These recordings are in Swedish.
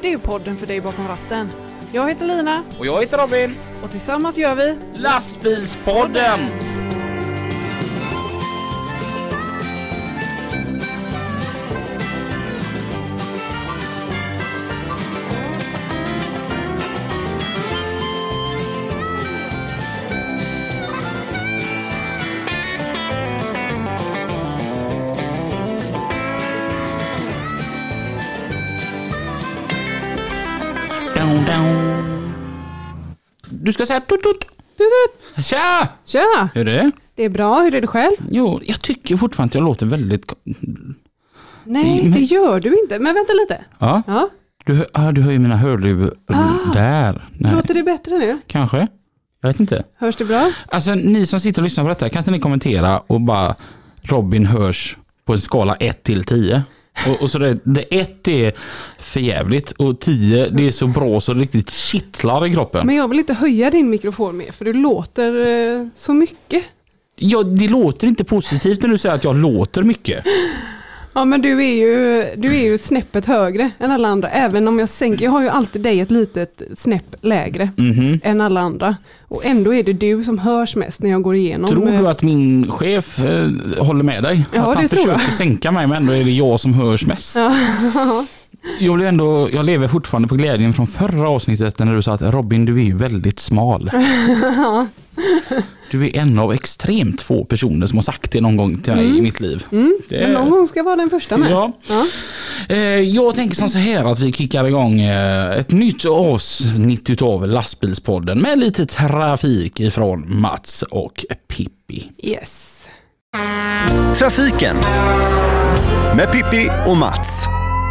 det är podden för dig bakom ratten. Jag heter Lina. Och jag heter Robin. Och tillsammans gör vi Lastbilspodden! Du ska säga tut tut. Tut. Tja! Tja! Hur är det? Det är bra, hur är det själv? Jo, jag tycker fortfarande att jag låter väldigt... Nej, det gör du inte. Men vänta lite. Ja? Ja. Du hör ju mina hörlurar där. Nej. Låter det bättre nu? Kanske. Jag vet inte. Hörs det bra? Alltså, ni som sitter och lyssnar på detta, kan inte ni kommentera och bara Robin hörs på en skala 1 till 10? Och så det 1 är för jävligt och 10 det är så bra så det riktigt kittlar i kroppen. Men jag vill inte höja din mikrofon mer för du låter så mycket. Ja, det låter inte positivt när du säger att jag låter mycket. Ja, men du är ju ett snäppet högre än alla andra. Även om jag har ju alltid dig ett litet snäpp lägre än alla andra. Och ändå är det du som hörs mest när jag går igenom. Tror du att min chef håller med dig? Ja, att han det tror jag. försöker sänka mig, men ändå är det jag som hörs mest. Ja. Jag lever fortfarande på glädjen från förra avsnittet när du sa att Robin, du är ju väldigt smal. Du är en av extremt få personer som har sagt det någon gång till mig i mitt liv. Men någon gång ska vara den första med. Ja. Jag tänker som så här att vi kickar igång ett nytt avsnitt av Lastbilspodden med lite trafik ifrån Mats och Pippi. Yes. Trafiken med Pippi och Mats.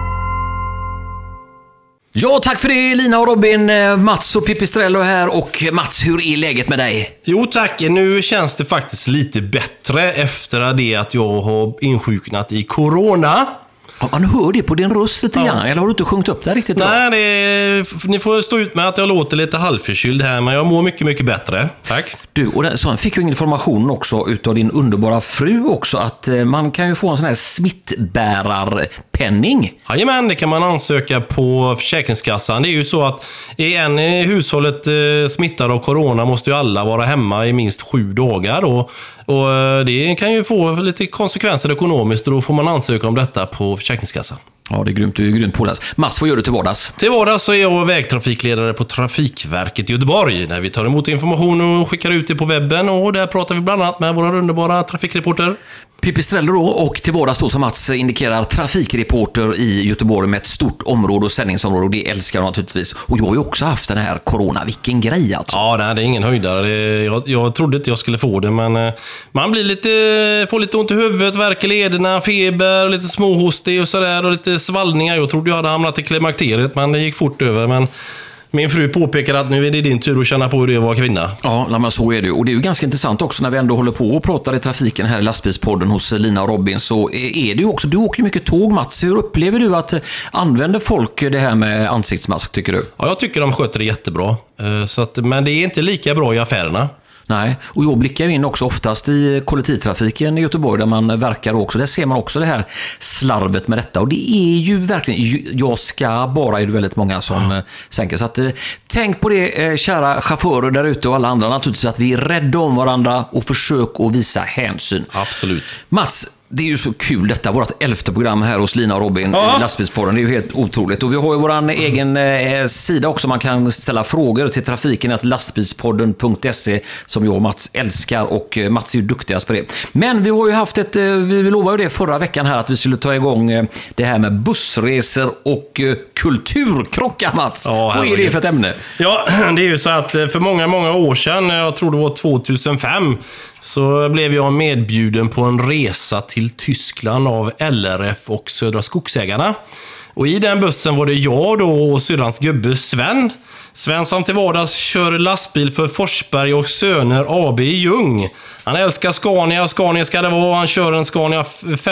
Ja, tack för det Lina och Robin, Mats och Pipistrello här. Och Mats, hur är läget med dig? Jo tack, nu känns det faktiskt lite bättre efter det att jag har insjuknat i corona. Ja, man hör det på din röst lite grann, eller har du inte sjungit upp det riktigt bra? Nej, ni får stå ut med att jag låter lite halvförkyld här, men jag mår mycket, mycket bättre. Tack. Du, och så fick ju information också utav din underbara fru också, att man kan ju få en sån här smittbärarpenning. Jajamän, det kan man ansöka på Försäkringskassan. Det är ju så att är en i hushållet smittad av corona måste ju alla vara hemma i minst 7 dagar. Och det kan ju få lite konsekvenser ekonomiskt och då får man ansöka om detta på Försäkringskassan. Ja, det är grymt. Du är grymt på det. Mats, vad gör du till vardags? Till vardags så är jag vägtrafikledare på Trafikverket i Göteborg. Där vi tar emot information och skickar ut det på webben. Och där pratar vi bland annat med våra underbara trafikreporter. Pipistrello då, och till vardags då som Mats indikerar trafikreporter i Göteborg med ett stort område och sändningsområde. Och det älskar jag naturligtvis. Och jag har ju också haft den här corona. Vilken grej alltså. Ja, det är ingen höjdare. Jag trodde inte jag skulle få det, men man blir får lite ont i huvudet, värker lederna, feber, lite småhostig och sådär och lite svallningar. Jag trodde jag hade hamnat i klimakteriet, men det gick fort över. Men min fru påpekar att nu är det din tur att känna på hur det är att vara kvinna. Ja, men så är det. Och det är ju ganska intressant också när vi ändå håller på och pratar i trafiken här i Lastbilspodden hos Lina och Robin, så är det ju också, du åker ju mycket tåg, Mats. Hur upplever du att använder folk det här med ansiktsmask, tycker du? Ja, jag tycker de sköter det jättebra. Men det är inte lika bra i affärerna. Nej, och jag blickar in också oftast i kollektivtrafiken i Göteborg där man verkar också. Där ser man också det här slarvet med detta. Och det är ju verkligen, jag ska bara, är det väldigt många som sänker. Så att, tänk på det, kära chaufförer där ute och alla andra naturligtvis, att vi är rädda om varandra och försöker att visa hänsyn. Absolut. Mats, det är ju så kul detta, vårt 11:e program här hos Lina och Robin i Lastbilspodden. Det är ju helt otroligt. Och vi har ju våran egen sida också. Man kan ställa frågor till trafiken att lastbilspodden.se som jag och Mats älskar, och Mats är ju duktigast på det. Men vi har ju haft vi lovade ju det förra veckan här att vi skulle ta igång det här med bussresor och kulturkrockar, Mats. Ja, vad är det för ett ämne? Ja, det är ju så att för många, många år sedan, jag tror det var 2005, så blev jag medbjuden på en resa till Tyskland av LRF och Södra Skogsägarna. Och i den bussen var det jag då och syrrans gubbe Sven. Sven som till vardags kör lastbil för Forsberg och Söner AB i Ljung. Han älskar Scania, Scania ska det vara. Han kör en Scania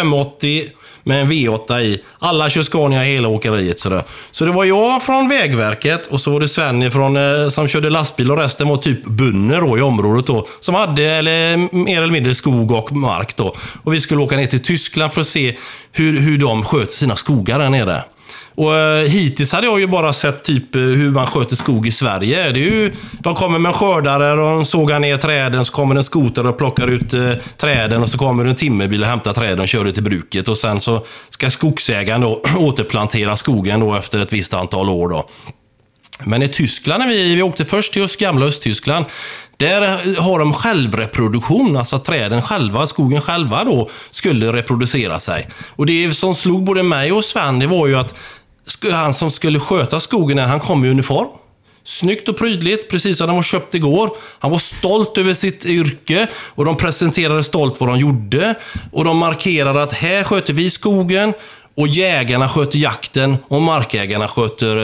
580 med en V8 i. Alla kör Scania hela åkeriet. Så det var jag från Vägverket och så var det Sven som körde lastbil, och resten var typ bönder då i området då, som hade mer eller mindre skog och mark då. Och vi skulle åka ner till Tyskland för att se hur de sköter sina skogar där nere. Och hittills hade jag ju bara sett typ hur man sköter skog i Sverige. Det är ju, de kommer med en skördare och de sågar ner träden, så kommer en skoter och plockar ut träden och så kommer en timmerbil och hämtar träden och kör det till bruket. Och sen så ska skogsägaren då återplantera skogen då efter ett visst antal år då. Men i Tyskland, när vi åkte först till gamla Östtyskland, där har de självreproduktion, alltså att träden själva, skogen själva då skulle reproducera sig. Och det som slog både mig och Sven, det var ju att han som skulle sköta skogen, han kom i uniform. Snyggt och prydligt, precis som de var köpt igår. Han var stolt över sitt yrke och de presenterade stolt vad de gjorde. Och de markerade att här sköter vi skogen och jägarna sköter jakten och markägarna sköter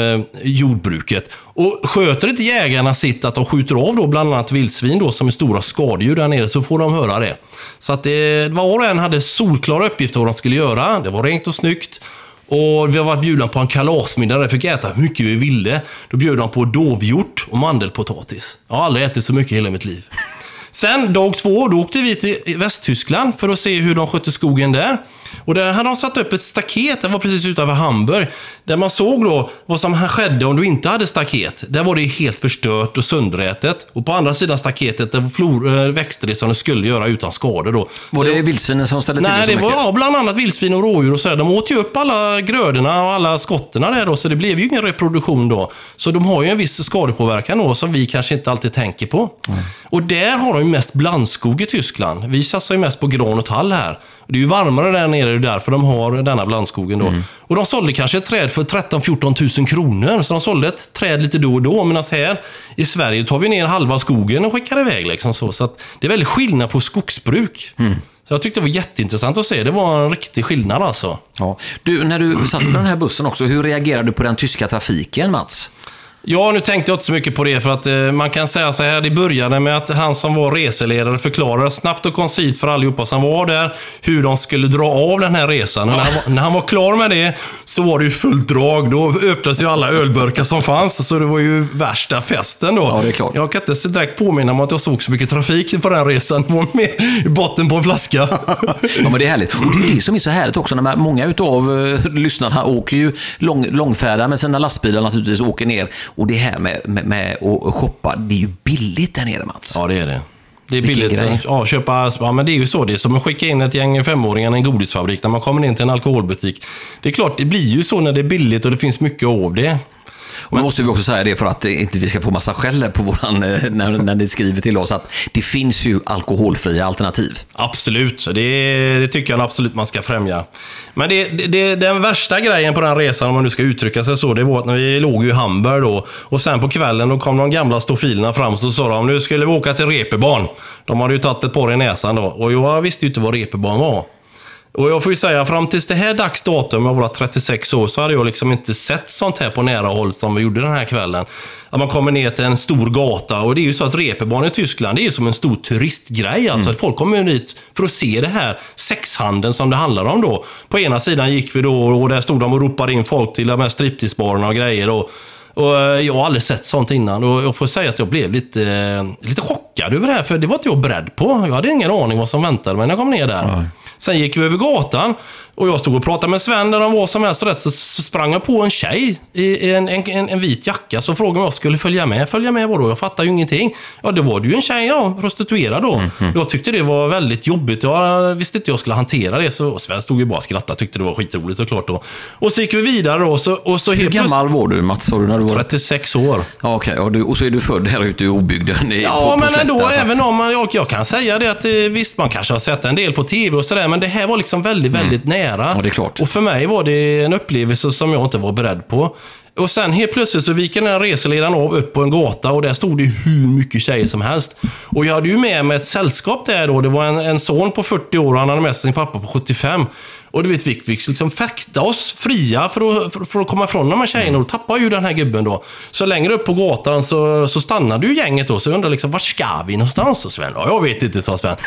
jordbruket. Och sköter inte jägarna sitt att de skjuter av då bland annat vildsvin då, som är stora skadedjur där nere, så får de höra det. Så att var och en hade solklara uppgifter vad de skulle göra. Det var rent och snyggt. Och vi har varit bjudna på en kalasmiddag där vi fick äta hur mycket vi ville. Då bjöd de på dovhjort och mandelpotatis. Jag har aldrig ätit så mycket i hela mitt liv. Sen dag 2, då åkte vi till Västtyskland för att se hur de skötte skogen där. Och där hade de satt upp ett staket, det var precis utanför Hamburg, där man såg då vad som skedde om du inte hade staket. Där var det helt förstört och sönderätet. Och på andra sidan staketet där växte det som det skulle göra utan skador då. Var det vildsvinen som ställde till det så mycket? Nej, det var bland annat vildsvin och rådjur och så där. De åt ju upp alla grödorna och alla skotterna där då, så det blev ju ingen reproduktion då. Så de har ju en viss skadepåverkan då som vi kanske inte alltid tänker på. Och där har de ju mest blandskog i Tyskland. Vi satsar ju mest på gran och tall här. Det är ju varmare där nere, det är därför de har denna blandskogen då. Och de sålde kanske ett träd för 13-14 000 kronor. Så de sålde ett träd lite då och då. Medan här i Sverige tar vi ner halva skogen och skickar iväg liksom så. Så att det är väldigt skillnad på skogsbruk. Så jag tyckte det var jätteintressant att se. Det var en riktig skillnad alltså. Ja. Du, när du satt på den här bussen också, hur reagerade du på den tyska trafiken, Mats? Ja, nu tänkte jag inte så mycket på det, för att man kan säga så här, det började med att han som var reseledare förklarade snabbt och koncist för allihopa som var där hur de skulle dra av den här resan. Och när han var klar med det så var det ju fullt drag. Då öppnades ju alla ölburkar som fanns, så det var ju värsta festen då. Ja, det är klart. Jag kan inte så direkt påminna om att jag såg så mycket trafik på den resan. Det var med i botten på en flaska. Ja, men det är härligt. Och det är det som är så härligt också, när många utav lyssnarna åker ju långfärda med sina lastbilar, naturligtvis åker ner. Och det här med att shoppa, det är ju billigt där nere, Mats. Ja, det är det. Det är billigt att köpa. Ja, men det är ju så. Det är som att skicka in ett gäng 5-åringar i en godisfabrik när man kommer in till en alkoholbutik. Det är klart, det blir ju så när det är billigt och det finns mycket av det. Och då måste vi också säga det för att inte vi ska få massa skäll på våran, när ni skriver till oss, att det finns ju alkoholfria alternativ. Absolut, så det tycker jag absolut man ska främja. Men den värsta grejen på den resan, om man nu ska uttrycka sig så, det var att när vi låg i Hamburg då, och sen på kvällen då kom de gamla stofilerna fram, så sa de, nu skulle vi åka till Reeperbahn. De hade ju tagit ett par i näsan då, och jag visste ju inte vad Reeperbahn var. Och jag får ju säga, fram tills det här dagsdatum, jag var 36 år, så hade jag liksom inte sett sånt här på nära håll som vi gjorde den här kvällen. Att man kommer ner till en stor gata, och det är ju så att Reeperbahn i Tyskland, det är ju som en stor turistgrej. Alltså att folk kommer dit för att se det här sexhandeln som det handlar om då. På ena sidan gick vi då, och där stod de och ropade in folk till de här stripteasebarerna och grejer då. Och jag har aldrig sett sånt innan, och jag får säga att jag blev lite chockad över det här, för det var inte jag beredd på. Jag hade ingen aning vad som väntade mig när jag kom ner där. Nej. Sen gick vi över gatan och jag stod och pratade med Sven där de var som helst rätt, så sprang jag på en tjej i en vit jacka, så frågade om jag skulle följa med. Följa med vadå? Jag fattar ju ingenting. Ja, det var ju en tjej, ja, prostituerad då. Jag tyckte det var väldigt jobbigt. Jag visste inte jag skulle hantera det, så Sven stod ju bara och skrattade, tyckte det var skitroligt såklart då. Och så gick vi vidare då. Hur gammal var du, Mats? Sa du när du var 36 år. Ja, okej. Och så är du född här ute i obygden. Ja, men ändå, även om jag kan säga det att visst, man kanske har sett en del på tv och sådär, men det här var liksom väldigt nära. Ja, det är klart. Och för mig var det en upplevelse som jag inte var beredd på. Och sen helt plötsligt så viker den här reseledaren av upp på en gata, och där stod det hur mycket tjejer som helst. Och jag hade ju med mig ett sällskap där då. Det var en son på 40 år och han hade med sig sin pappa på 75. Och du vet, vi fick liksom fäkta oss fria för att komma ifrån de här tjejerna. Och då tappade ju den här gubben då. Så längre upp på gatan så stannade ju gänget då. Så jag undrade liksom, var ska vi någonstans? Och Sven, ja, jag vet inte, sa Sven.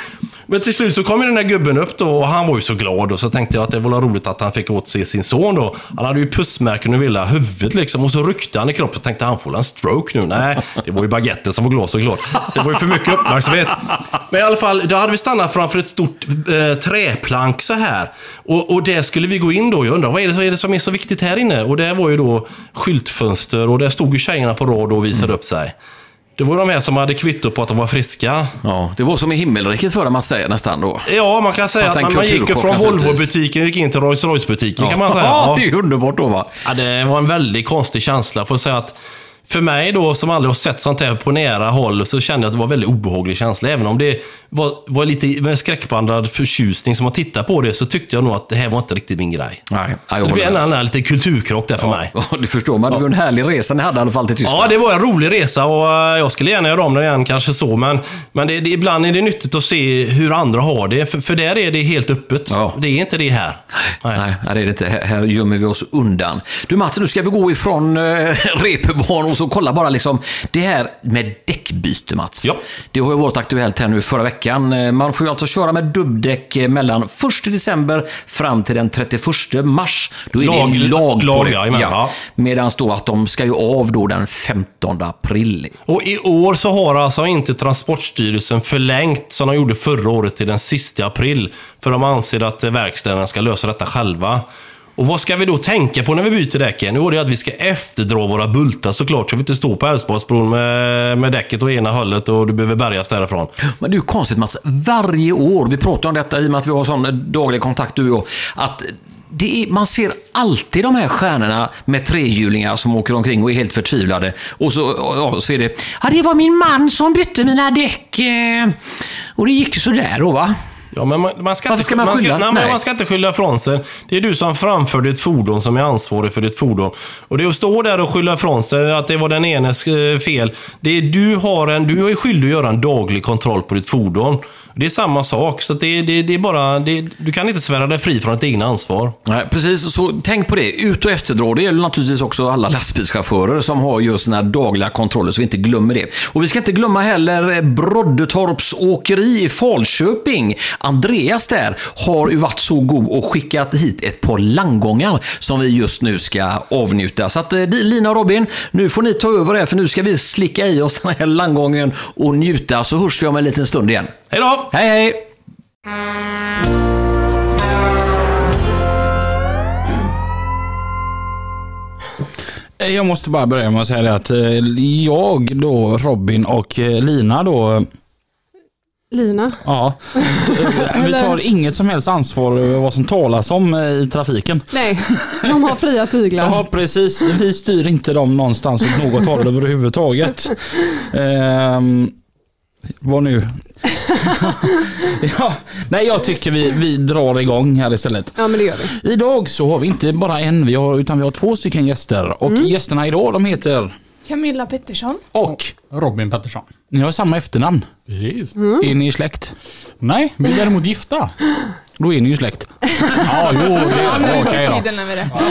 Men till slut så kom ju den där gubben upp då och han var ju så glad och så tänkte jag att det var roligt att han fick åt sig sin son då. Han hade ju pussmärken och hela huvudet liksom och så ryckte han i kroppen och tänkte han får en stroke nu. Nej, det var ju baguetten som var glad så glad. Det var ju för mycket uppmärksamhet. Men i alla fall, då hade vi stannat framför ett stort träplank så här. Och där skulle vi gå in då. Jag undrar, vad är det som är så viktigt här inne? Och det var ju då skyltfönster och där stod ju tjejerna på rad och visade upp sig. Det var de här som hade kvitto på att de var friska. Ja, det var som i himmelriket för dem att säga nästan då. Ja, man kan säga att man gick från Volvo-butiken och gick in till Rolls-Royce-butiken kan man säga. Ja, det är underbart då va? Ja, det var en väldigt konstig känsla för att säga att för mig då, som aldrig har sett sånt här på nära håll, så kände jag att det var en väldigt obehaglig känsla. Även om det var lite med en skräckblandad förtjusning som man tittar på det, så tyckte jag nog att det här var inte riktigt min grej. Nej, så det blev en annan lite kulturkrock där för mig. Ja, du förstår man. Det var en härlig resa ni hade i alla fall till Tyskland. Ja, det var en rolig resa och jag skulle gärna göra om den igen kanske så. Men ibland är det nyttigt att se hur andra har det. För där är det helt öppet. Ja. Det är inte det här. Nej, det är det inte. Här gömmer vi oss undan. Du Mats, nu ska vi gå ifrån reperbanan och så kolla bara liksom det här med däckbyte, Mats. Ja. Det har ju varit aktuellt här nu förra veckan. Man får ju alltså köra med dubbdäck mellan 1 december fram till den 31 mars. Då är det lag på det. Ja. Medan då att de ska ju av då den 15 april. Och i år så har alltså inte Transportstyrelsen förlängt som de gjorde förra året till den sista april. För de anser att verkstäderna ska lösa detta själva. Och vad ska vi då tänka på när vi byter däcken? Nu är det att vi ska efterdra våra bultar såklart, så vi inte står på Älvsborgsbron med däcket åt ena hållet och du behöver bärgas därifrån. Men det är ju konstigt Mats, varje år, vi pratar om detta i och med att vi har sån daglig kontakt du och att man ser alltid de här stjärnorna med trehjulingar som åker omkring och är helt förtvivlade. Och så är det, det var min man som bytte mina däck och det gick så där då va? Ja, men man ska inte skylla från sig. Det är du som framför ditt fordon som är ansvarig för ditt fordon. Och det är att stå där och skylla från sig att det var den enes fel. Det är du är skyldig att göra en daglig kontroll på ditt fordon. Det är samma sak, så det är bara du kan inte svära dig fri från ett egna ansvar. Nej, precis, så tänk på det. Ut och efterdra, det gäller naturligtvis också alla lastbilschaufförer som har just såna här dagliga kontroller, så vi inte glömmer det. Och vi ska inte glömma heller Broddetorps åkeri i Falköping. Andreas där har ju varit så god och skickat hit ett par langgångar som vi just nu ska avnjuta. Så att Lina och Robin, nu får ni ta över det, för nu ska vi slicka i oss den här langgången och njuta, så hörs vi om en liten stund igen. Hej då! Hej hej! Jag måste bara börja med att säga det att jag då, Robin och Lina då... Lina? Ja. Vi tar inget som helst ansvar över vad som talas om i trafiken. Nej, de har fria tyglar. Ja, precis. Vi styr inte dem någonstans åt något håll överhuvudtaget. Vad nu? Ja, nej, jag tycker vi drar igång här istället. Ja, men det gör vi. Idag så har vi inte bara en, utan vi har 2 stycken gäster. Och gästerna idag, de heter... Camilla Pettersson. Och Robin Pettersson. Ni har samma efternamn. Precis. Är ni släkt? Nej, vi är däremot gifta. Då är ni ju släkt. Ja, jo, det är okej då. Tiden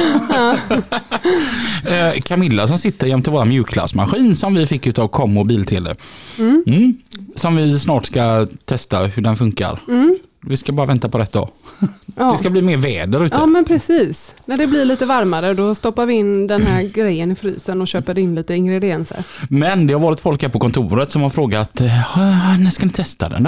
är det. Camilla som sitter jämte våra mjukglassmaskin som vi fick utav Kom Mobiltele. Som vi snart ska testa hur den funkar. Vi ska bara vänta på rätt dag. Ja. Det ska bli mer väder ute. Ja, men precis. När det blir lite varmare då stoppar vi in den här grejen i frysen och köper in lite ingredienser. Men det har varit folk här på kontoret som har frågat när ska ni testa den då?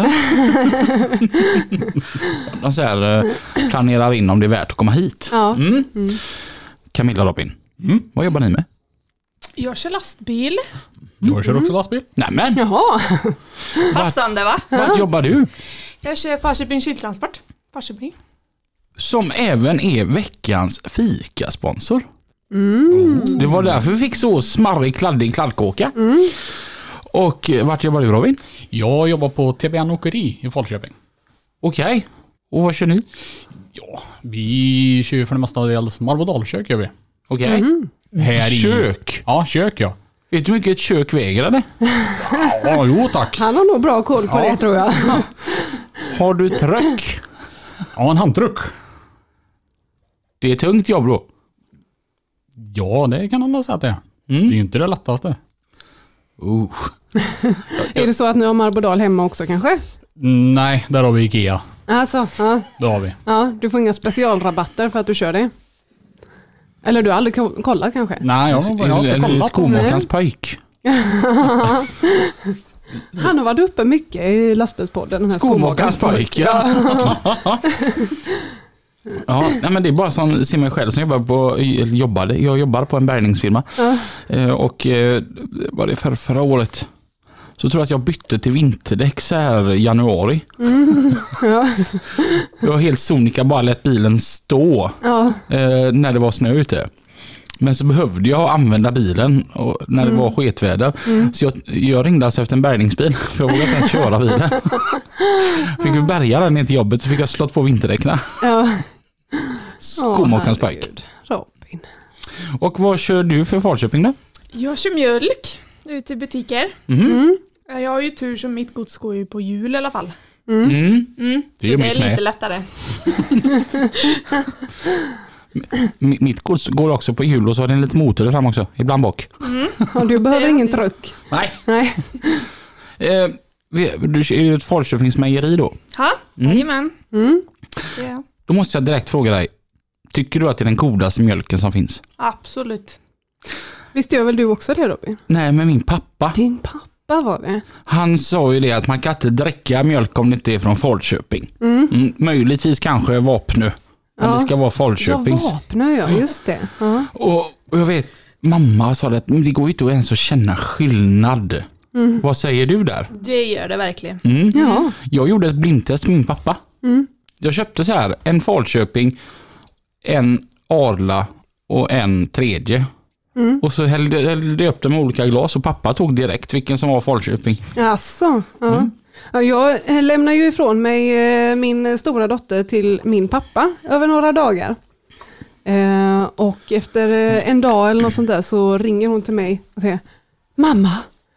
De så här, planerar in om det är värt att komma hit. Ja. Camilla, Robin, vad jobbar ni med? Jag kör lastbil. Jag kör också lastbil. Nämen. Jaha. Passande va? Vad jobbar du? Jag kör Falköping kyltransport. Falköping. Som även är veckans fikasponsor. Det var därför vi fick så smarrig, kladdig kladdkåka. Och vart jobbar du, Robin? Jag jobbar på TBN Åkeri i Falköping. Okej. Och vad kör ni? Ja, vi kör för det mesta dels Marbodalkök gör vi. Okej. Kök? Ja, kök ja. Vet du hur mycket ett kök väger eller? Ja, jo tack. Han har nog bra koll på det tror jag. Har du tryck? Ja, en handtruck. Det är tungt jobb då. Ja, det kan man säga att det är. Det är ju inte det lättaste. Är det så att ni har Marbodal hemma också kanske? Nej, där har vi Ikea. Alltså, ja. Det har vi. Ja, du får inga specialrabatter för att du kör det. Eller du har aldrig kollat kanske? Nej, jag har inte kollat. Skomakarens pojk. Han har varit uppe mycket i lastbilspodden. Den här Skomakarens pojk, ja. Ja, nej, men det är bara som ser mig själv som jag jobbade på en bärgningsfirma. Och var det förra året så tror jag att jag bytte till vinterdäck så här i januari. Ja. Jag var helt sonika, bara lät bilen stå när det var snö ute. Men så behövde jag använda bilen när det var sketväder. Så jag ringde alltså efter en bärgningsbil för jag vågade inte ens köra bilen. Fick vi bärga den ner till jobbet så fick jag slått på vinterdäckna. Ja. Skomakarens pojk. Robin. Och vad kör du för Falköping då? Jag kör mjölk ut i butiker. Jag har ju tur som mitt gods går ju på hjul i alla fall. Det är det är mitt lite med. lättare. Mitt gods går också på hjul och så har den lite motor där fram också, ibland bak. Ja, du behöver ingen truck. Nej. Du är ju ett Falköpingsmejeri då. Ja, jajamän. Ja. Då måste jag direkt fråga dig. Tycker du att det är den godaste mjölken som finns? Absolut. Visst gör väl du också det, Robin? Nej, men min pappa. Din pappa var det. Han sa ju det att man kan inte dricka mjölk om det inte är från Falköping. Möjligtvis kanske Vapnö. Men det ska vara Falköpings. Ja, Vapnö, ja, just det. Ja. Och jag vet, mamma sa att det går ju inte ens att känna skillnad. Vad säger du där? Det gör det verkligen. Ja. Jag gjorde ett blindtest med min pappa. Jag köpte så här, en Falköping, en Arla och en tredje. Och så hällde jag upp dem i olika glas och pappa tog direkt vilken som var Falköping. Alltså, ja. Ja, jag lämnar ju ifrån mig min stora dotter till min pappa över några dagar. Och efter en dag eller något sånt där så ringer hon till mig och säger: mamma,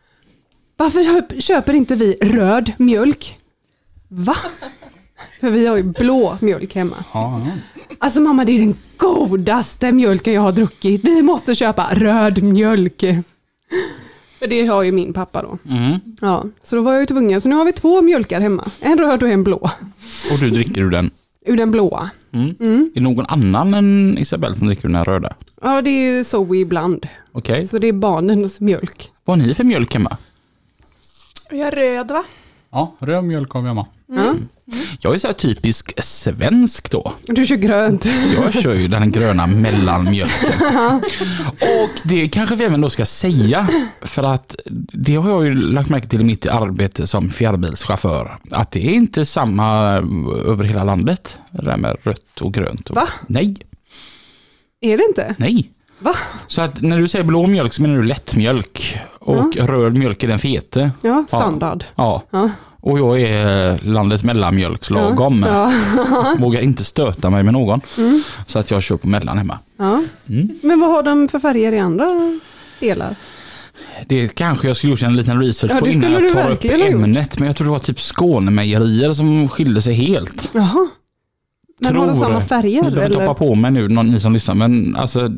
varför köper inte vi röd mjölk? Va? För vi har ju blå mjölk hemma. Alltså mamma, det är den godaste mjölken jag har druckit. Vi måste köpa röd mjölk. För det har ju min pappa då. Ja, så då var jag ju tvungen. Så nu har vi 2 mjölkar hemma. En röd och en blå. Och du dricker ur den? Ur den blåa. Är det någon annan än Isabelle som dricker den här röda? Ja, det är ju så ibland. Okej. Så det är barnens mjölk. Vad har ni för mjölk hemma? Jag är röd, va? Ja, röd mjölk har vi hemma. Jag är så här typisk svensk då. Du kör grönt. Jag kör ju den gröna mellanmjölken. Och det kanske vi även då ska säga, för att det har jag ju lagt märke till i mitt arbete som fjärrbilschaufför, att det är inte samma över hela landet, det där med rött och grönt. Va? Nej. Är det inte? Nej. Va? Så att när du säger blå mjölk så menar du lättmjölk och röd mjölk är den fete. Ja, standard. Ja. Ja. Och jag är landets mellanmjölkslagom. Ja. Vågar inte stöta mig med någon. Så att jag kör på mellan hemma. Ja. Men vad har de för färger i andra delar? Det kanske jag skulle gjort en liten research Ja, på det innan skulle jag du tar upp verkligen ha gjort. ämnet. Men jag tror det var typ Skånemejerier som skilde sig helt. Jaha. Men har de samma färger? Ni behöver toppa på mig nu, ni som lyssnar. Men alltså,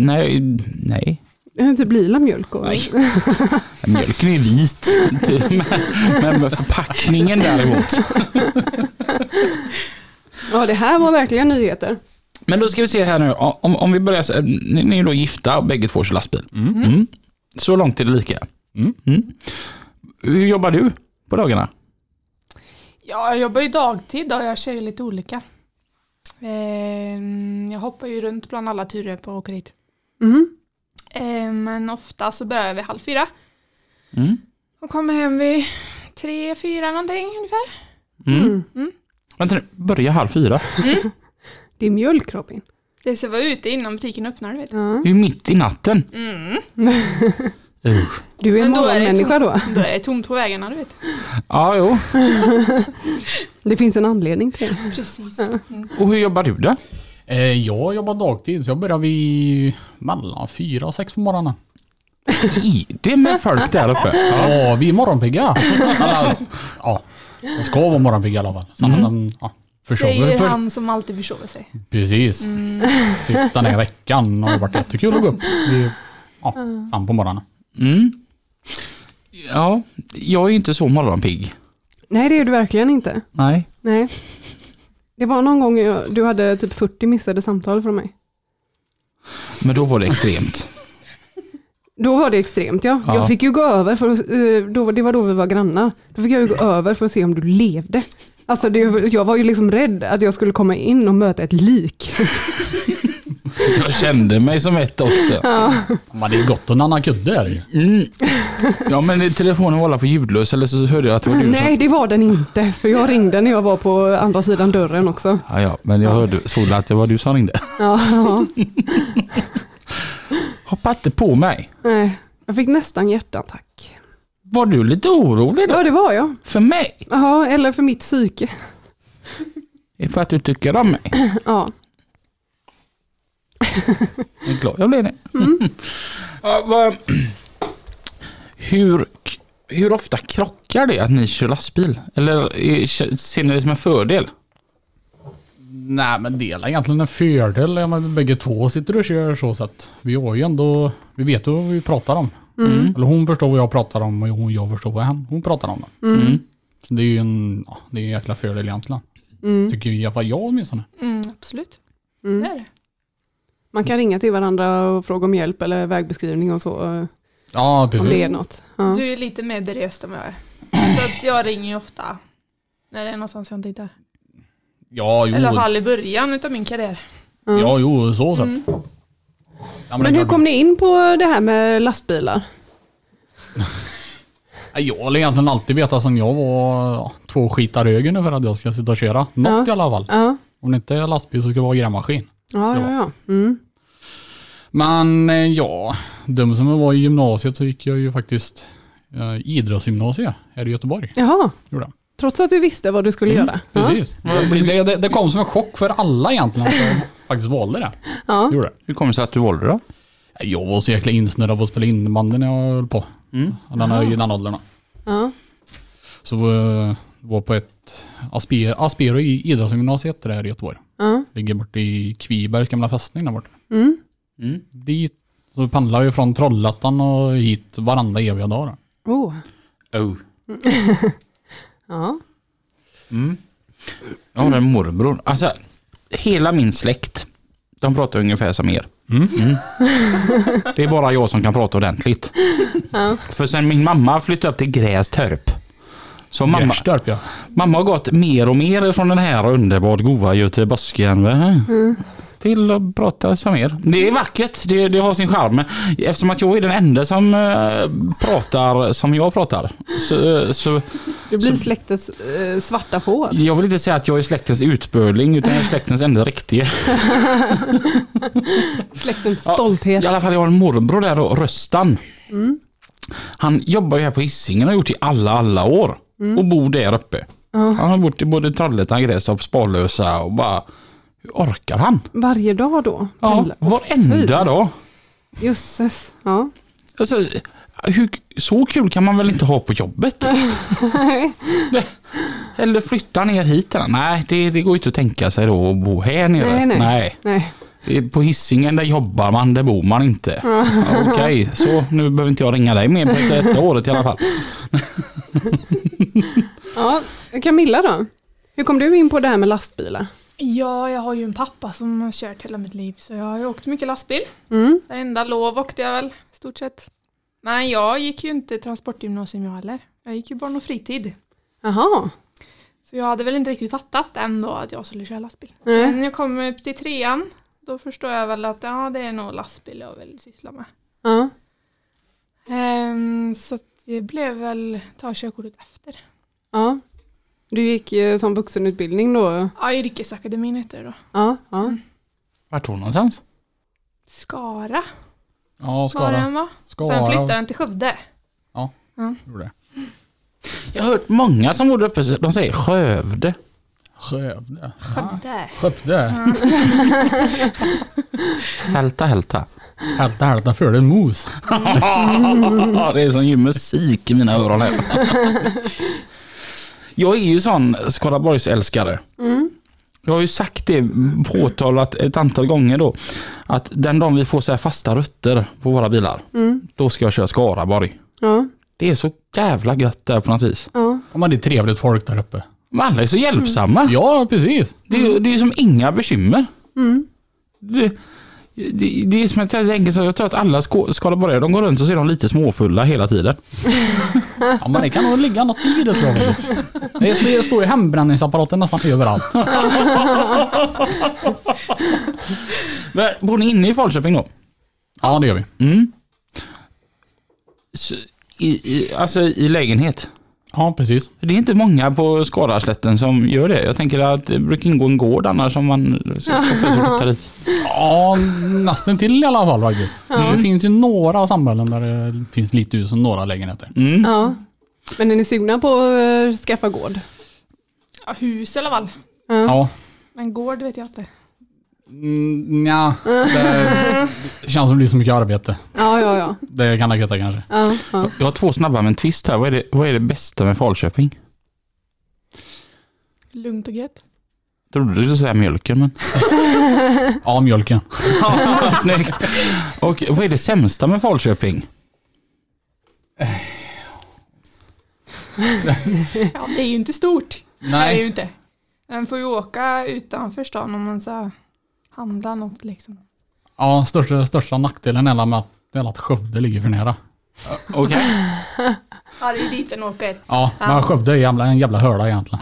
nej. Typ lila mjölk. Och... Nej. Mjölken är vit. Men förpackningen däremot. Ja, det här var verkligen nyheter. Men då ska vi se här nu. Om vi börjar, ni är då gifta och bägge två kör lastbil. Så långt är det lika. Hur jobbar du på dagarna? Ja, jag jobbar ju dagtid och jag kör ju lite olika. Jag hoppar ju runt bland alla turer på åkeriet. Men ofta så börjar vi 3:30. Och kommer hem vid 3-4 någonting ungefär. Vänta nu, börja 3:30. Det är mjölk, Robin. Det ska vara ute innan butiken öppnar, du vet. Det är ju mitt i natten. Du är en Men då är det morgonmänniska då. Då är det tomt på vägarna, du vet. Ja, jo. Det finns en anledning till det. Precis. Och hur jobbar du då? Jag jobbar dagtid, så jag börjar vid mellan 4 och 6 på morgonen. Det är med folk där uppe. Ja, vi är morgonpigga. Ja, det ska vara morgonpigga i alla fall. Säger han som alltid försover sig. Precis. Typ den här veckan har det varit jättekul att gå upp. Fan på morgonen. Ja, jag är inte så morgonpigg. Nej, det är du verkligen inte. Nej. Nej. Det var någon gång du hade typ 40 missade samtal från mig. Men då var det extremt. Då var det extremt, ja. Ja. Jag fick ju gå över, det var då vi var grannar. Då fick jag ju gå över för att se om du levde. Alltså jag var ju liksom rädd att jag skulle komma in och möta ett lik. Jag kände mig som ett också. Ja. Men det är gott att nanna kudde där. Ja, men telefonen var på ljudlös, eller så hörde jag att det var du Nej, det var den inte. För jag ringde när jag var på andra sidan dörren också. Ja, men jag såg att det var du som ringde. Ja. Hoppa inte på mig. Nej, jag fick nästan hjärtattack. Var du lite orolig då? Ja, det var jag. För mig? Ja, eller för mitt psyke. För att du tycker om mig? Ja. Jag är glad jag blev det. Ja, hur ofta krockar det att ni kör lastbil? Eller ser ni det som en fördel? Nej, men det är egentligen en fördel. Ja, men bägge två sitter och kör så att vi har ju ändå, vi vet vad vi pratar om. Eller hon förstår vad jag pratar om och jag förstår vad hon pratar om. Så det är ju en jäkla fördel egentligen. Tycker i alla fall jag åtminstone. Absolut. Det är det. Man kan ringa till varandra och fråga om hjälp eller vägbeskrivning och så. Ja, precis. Om det är något. Ja. Du är lite mer berest än vad jag är. Så att jag ringer ju ofta när det är någonstans jag inte hittar. Ja, jo. I alla fall i början utav min karriär. Ja, jo, så sett. Ja, Men hur kom ni in på det här med lastbilar? Jag har egentligen alltid vetat sedan jag var 2 skitar höger för att jag ska sitta och köra. Något i alla fall. Ja. Om det inte är lastbil så ska det vara grävmaskin. Ja. Mm. Men de som var i gymnasiet så gick jag ju faktiskt idrottsgymnasiet här i Göteborg. Jaha. Gjorde jag. Trots att du visste vad du skulle göra. Precis. Det kom som en chock för alla egentligen att jag faktiskt valde det. Ja. Gjorde det. Hur kommer det sig att du valde det? Jag var så jäkla insnödd på att spela innebandy när jag höll på. I den åldern. Ja. Så var på ett Aspero i idrottsgymnasiet där i Göteborg. Ja. Ligger bort i Kvibergs gamla fästning där borta. Dit så pendlar vi från Trollhättan och hit varandra eviga dagar. Oh. Oh. Ja. Jag har en morbror. Alltså, hela min släkt, de pratar ungefär som er. Det är bara jag som kan prata ordentligt. För sen min mamma flyttade upp till Grästorp. Så mamma har gått mer och mer från den här underbart goda göteborgskan till att prata som er. Det är vackert, det har sin charm. Eftersom att jag är den enda som pratar som jag pratar. Så Du blir släktens svarta får. jag vill inte säga att jag är släktens utbörling, utan jag är släktens enda riktiga. Släktens stolthet. I alla fall jag har en morbror där då, Röstan. Han jobbar ju här på Hisingen och har gjort i alla år. Och bor där uppe. Han har bott i både Trollhättan, Grästorp, Sparlösa och bara... Hur orkar han? Varje dag då? Ja, varenda dag. Jösses. Ja. Alltså, så kul kan man väl inte ha på jobbet? Eller flytta ner hit. Nej, det går inte att tänka sig då att bo här nere. Nej. På Hisingen där jobbar man, där bor man inte. Okej, så nu behöver inte jag ringa dig mer på detta året i alla fall. Ja, Camilla då? Hur kom du in på det här med lastbilar? Ja, jag har ju en pappa som har kört hela mitt liv. Så jag har ju åkt mycket lastbil. Det enda lov åkte jag väl, stort sett. Men jag gick ju inte transportgymnasium jag heller. Jag gick ju barn och fritid. Jaha. Så jag hade väl inte riktigt fattat ändå att jag skulle köra lastbil. Nej. Men när jag kom upp till 3:an, då förstår jag väl att det är nog lastbil jag vill syssla med. Ja. Så att det blev väl ta körkortet efter. Ja. Du gick som vuxenutbildning då? Ja, yrkesakademin heter det då. Ja. Vart tror någonstans? Skara. Ja, Var den va? Sen flyttade den till Skövde. Ja. Gjorde det. Jag har hört många som bor uppe, de säger Skövde. Skövde. Hälta för en mos. Det är som ju musik i mina öron här. Jag är ju sån Skaraborgs älskare. Jag har ju sagt det, påtalat ett antal gånger då, att den dagen vi får så här fasta rutter på våra bilar, då ska jag köra Skaraborg. Ja. Det är så jävla gött där på något vis. Ja. Ja, men det är trevligt folk där uppe. Men alla är så hjälpsamma. Ja, precis. Det är som inga bekymmer. Det är som jag tänker så. Jag tror att alla skaraborgare, de går runt och ser de lite småfulla hela tiden. Ja, men det kan nog ligga något i det, tror jag. Det står ju hembränningsapparaten nästan överallt. Men bor ni inne i Falköping då? Ja, det gör vi. Så, alltså i lägenhet? Ja, precis. Det är inte många på Skaraslätten som gör det. Jag tänker att det brukar ingå en gård annars som man får dit. Ja, nästan till i alla fall faktiskt. Det finns ju några samhällen där det finns lite hus och några lägenheter. Ja. Men är ni sugna på att skaffa gård? Ja, hus i alla fall. Ja. Men gård vet jag inte. Ja, det känns som det blir så mycket arbete. Ja. Det kan jag getta kanske. Ja. Jag har 2 snabba med en twist här. Vad är det bästa med Falköping? Lugnt och gött. Trodde du skulle säga mjölken, men... Ja, mjölken. Snyggt. Och vad är det sämsta med Falköping? Ja, det är ju inte stort. Nej. Det är ju inte. Man får ju åka utanför stan om man ska handla något liksom. Ja, största nackdelen är att Skövde ligger för nära. Okej. Ja, det är dit den åker. Ja, men Skövde är en jävla hörda egentligen.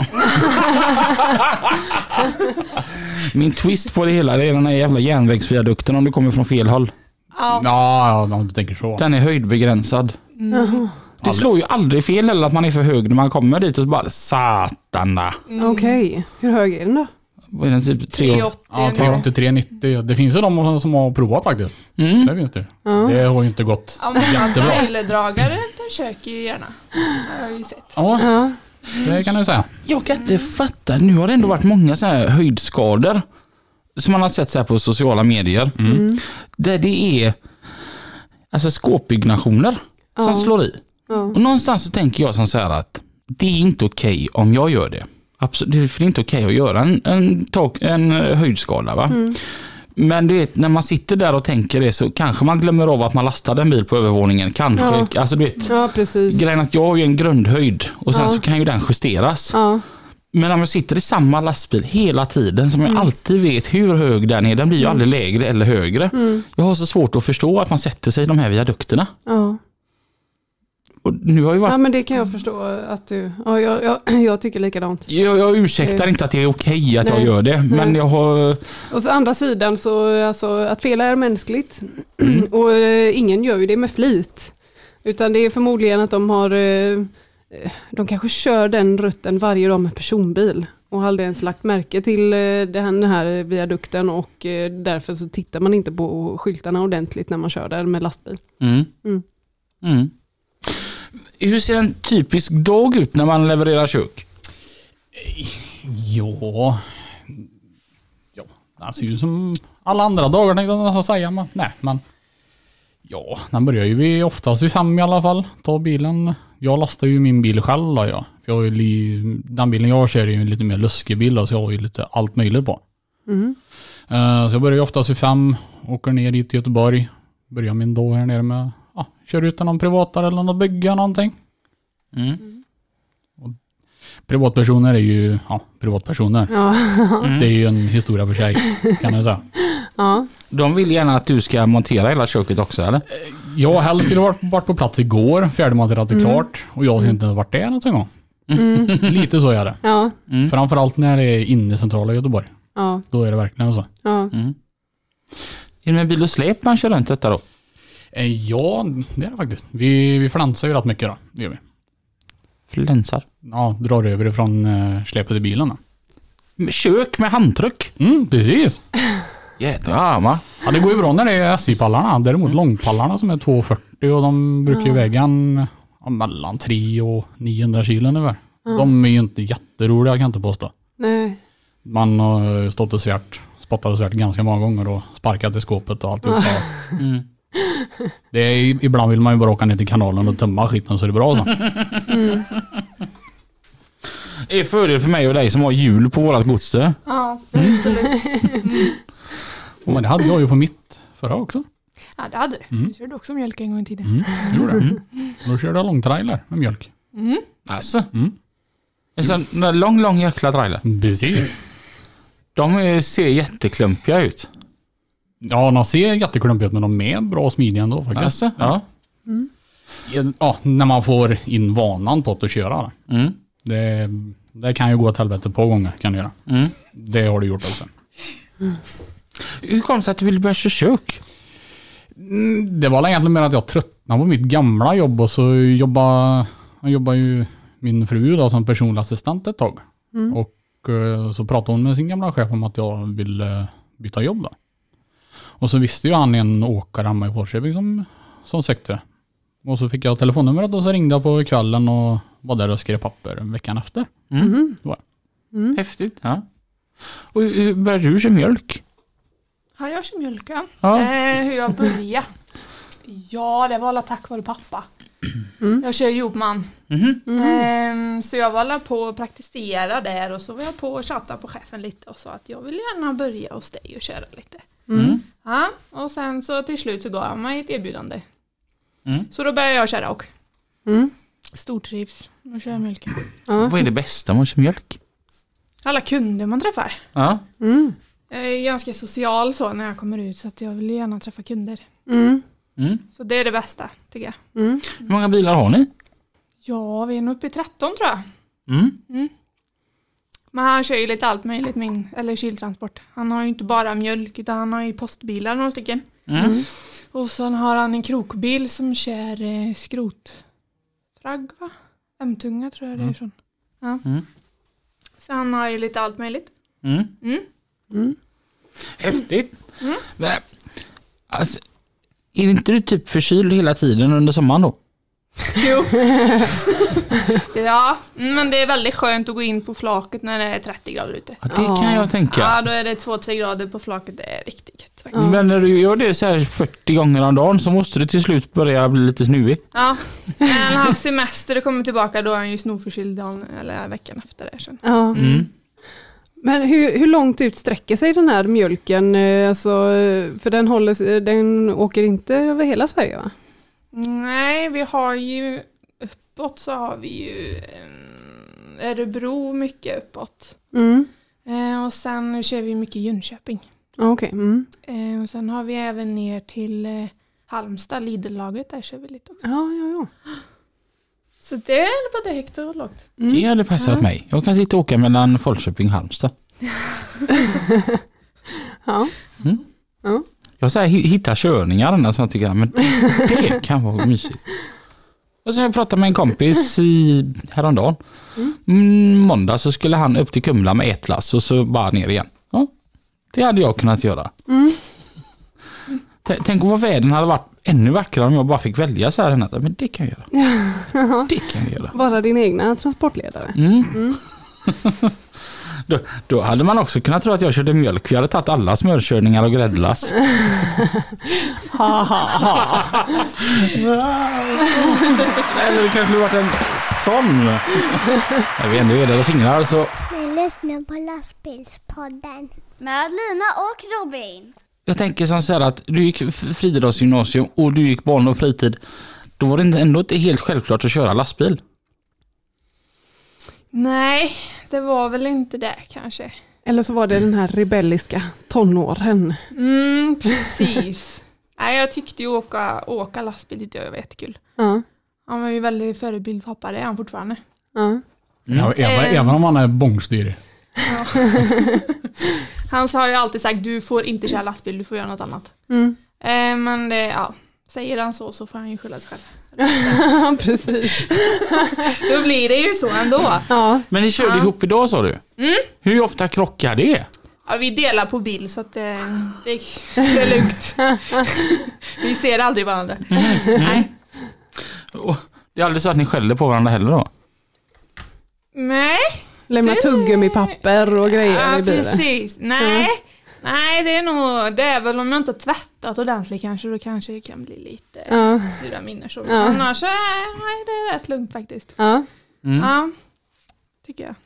Min twist på det hela, det är den här jävla järnvägsviadukten om du kommer från fel håll. Ja, om du tänker så. Den är höjdbegränsad. Det slår ju aldrig fel eller att man är för hög när man kommer dit och så bara satana. Okej. Hur hög är den då? Vad är den typ 380. Ja, 380-390. Det finns ju de som har provat faktiskt. Det finns det. Det har ju inte gått Ja, många jättebra. trailerdragare de köker ju gärna. Det har jag ju sett. Ja, det kan jag säga. Jag kan inte fatta. Nu har det ändå varit många så här höjdskador som man har sett så här på sociala medier. Där det är alltså skåpbyggnationer som slår i. Och någonstans så tänker jag som så här att det är inte okej om jag gör det. Absolut, för det är inte okej att göra en höjdskada, va? Men du vet, när man sitter där och tänker det så kanske man glömmer av att man lastade en bil på övervåningen. Kanske, alltså du vet. Ja, precis. Grejen att jag har ju en grundhöjd och sen så kan ju den justeras. Ja. Men om jag sitter i samma lastbil hela tiden som jag alltid vet hur hög den är, den blir ju aldrig lägre eller högre. Jag har så svårt att förstå att man sätter sig i de här viadukterna. Ja. Och nu har ju varit... Ja, men det kan jag förstå att du... Ja, jag tycker likadant. Jag ursäktar inte att det är okej att jag gör det, men jag har... Och så andra sidan så, alltså, att fela är mänskligt. Och ingen gör ju det med flit. Utan det är förmodligen att de kanske kör den rutten varje dag med personbil. Och har aldrig ens lagt märke till den här viadukten. Och därför så tittar man inte på skyltarna ordentligt när man kör där med lastbil. Hur ser en typisk dag ut när man levererar kök? Ja, det ser ju som alla andra dagar tänkte jag nästan säga. Men ja, den börjar ju oftast vid 5 i alla fall. Ta bilen. Jag lastar ju min bil själv då, ja. För jag har ju, den bilen jag kör är ju lite mer lustig bil då, så jag har ju lite allt möjligt på. Så jag börjar ju oftast vid 5, åker ner dit till Göteborg. Börjar min dag här nere med kör ut någon privatare eller något bygga någonting. Och privatpersoner är ju privatpersoner. Det är ju en historia för sig, kan jag säga. Ja. De vill gärna att du ska montera hela köket också, eller? Jag helst skulle varit på plats igår, färdigmonterat och klart. Och jag har inte varit där något gång. Lite så är det. Ja. Framförallt när det är inne i centrala Göteborg. Ja. Då är det verkligen så. Ja. Är det med bil och släp man kör runt detta då? Ja, det är det faktiskt. Vi flansar ju rätt mycket då. Det gör vi. Flänsar? Ja, drar över ifrån släpet i bilen då. Kök med handtryck? Precis. Jädrar, va? Ja, det går ju bra när det är SJ-pallarna. Däremot långpallarna som är 240 och de brukar ju väga mellan 3 och 900 kilo ungefär. De är ju inte jätteroliga, kan jag inte påstå. Nej. Man har stått och spottat och svärt ganska många gånger och sparkat i skåpet och allt. Det är, ibland vill man ju bara åka ner till kanalen och tömma skiten så är det bra så. Det är fördel för mig och dig som har hjul på vårat gods. Ja, absolut. Men det hade jag ju på mitt förra också. Ja, det hade du. Du körde också mjölk en gång i tiden. Jag gjorde det. Då körde jag långtrailer med mjölk. Alltså? En sån lång jäkla trailer. Precis. De ser jätteklumpiga ut. Ja, de ser jätteklumpiga ut, men de är bra smidiga ändå faktiskt. Alltså, ja. Ja, när man får in vanan på att köra. Mm. Det kan ju gå åt helvete på gånger, kan du göra. Mm. Det har du gjort också. Hur kom det sig att du ville börja köra kök? Det var egentligen mer att jag tröttnade på mitt gamla jobb och så jobbar ju min fru då som personlig assistent ett tag. Och så pratade hon med sin gamla chef om att jag ville byta jobb då. Och så visste ju han en åkare hemma i Forsköping som sökte. Och så fick jag telefonnumret och så ringde jag på kvällen och var där och skrev papper veckan efter. Häftigt, ja. Och hur började du köra mjölk? Ja, jag kör mjölka. Ja. Hur jag började? Ja, det var alla tack vare pappa. Jag kör jordman. Så jag var alla på att praktisera där och så var jag på och chatta på chefen lite och sa att jag vill gärna börja hos dig och köra lite. Ja, och sen så till slut så gav jag mig ett erbjudande. Så då började jag köra och stortrivs och köra mjölken. Vad är det bästa med att köra mjölk? Alla kunder man träffar. Ja. Jag är ganska social så när jag kommer ut så att jag vill gärna träffa kunder. Så det är det bästa tycker jag. Hur många bilar har ni? Ja, vi är nog uppe i 13 tror jag. Men han kör ju lite allt möjligt, eller kyltransport. Han har ju inte bara mjölk utan han har ju postbilar några stycken. Och sen har han en krokbil som kör skrotfragg va? M-tunga tror jag det är sån. Ja. Så han har ju lite allt möjligt. Häftigt. Men, alltså, är inte du typ förkyld hela tiden under sommaren då? Jo. Ja, men det är väldigt skönt att gå in på flaket när det är 30 grader ute. Ja, det kan jag tänka. Ja, då är det 2-3 grader på flaket. Det är riktigt gött faktiskt. Men när du gör det så här 40 gånger om dagen så måste du till slut börja bli lite snuvig. Ja, när han har semester och kommer tillbaka då är han ju snorförkyld eller veckan efter det sen. Ja. Men hur långt ut sträcker sig den här mjölken? Alltså, för den åker inte över hela Sverige va? Nej, vi har ju uppåt så har vi ju Örebro mycket uppåt. Och sen kör vi mycket Jönköping. Okej. Och sen har vi även ner till Halmstad, Lidl-lagret, där kör vi lite också. Ja. Så det är både högt och lågt. Det hade passat mig. Jag kan sitta och åka mellan Falköping och Halmstad. Ja. Jag så här, hittar körningar som jag tycker men det kan vara mysigt. Och så jag pratade med en kompis häromdagen. Måndag så skulle han upp till Kumla med ett lass och så bara ner igen. Ja, det hade jag kunnat göra. Tänk om vad vädren hade varit ännu vackrare om jag bara fick välja så här. Men det kan jag göra. Det kan jag göra. Vara din egna transportledare. Då hade man också kunnat tro att jag körde mjölk. Jag hade tagit alla smörkörningar och gräddlass. Eller det kanske varit en sån. Jag vet inte, det är det fingrar så. Vi lyssnar på Lastbilspodden med Lina och Robin. Jag tänker som så här att du gick friidrottsgymnasium och du gick barn- och fritid. Då var det ändå inte helt självklart att köra lastbil. Nej, det var väl inte det kanske. Eller så var det den här rebelliska tonåren. Precis. Nej, jag tyckte ju åka lastbil, det var jättekul. Ja. Han var ju väldigt förebild pappa, det är han fortfarande. Ja. Ja, även om han är bångstyrig. Ja. Han har ju alltid sagt, du får inte köra lastbil, du får göra något annat. Men det, säger han så får han ju skylla sig själv. Precis. Då blir det ju så ändå. Ja. Men ni körde ihop idag sa du? Hur ofta krockar det? Ja, vi delar på bil så att det är lugnt. Vi ser aldrig varandra. Nej. Det är aldrig så att ni skäller på varandra heller då? Nej. Lämna tuggummi-papper och grejer i bilen. Precis. Nej, det är väl om jag inte har tvättat ordentligt kanske, då kanske det kan bli lite sura minnen. Annars nej, det är rätt lugnt faktiskt. Ja, tycker jag.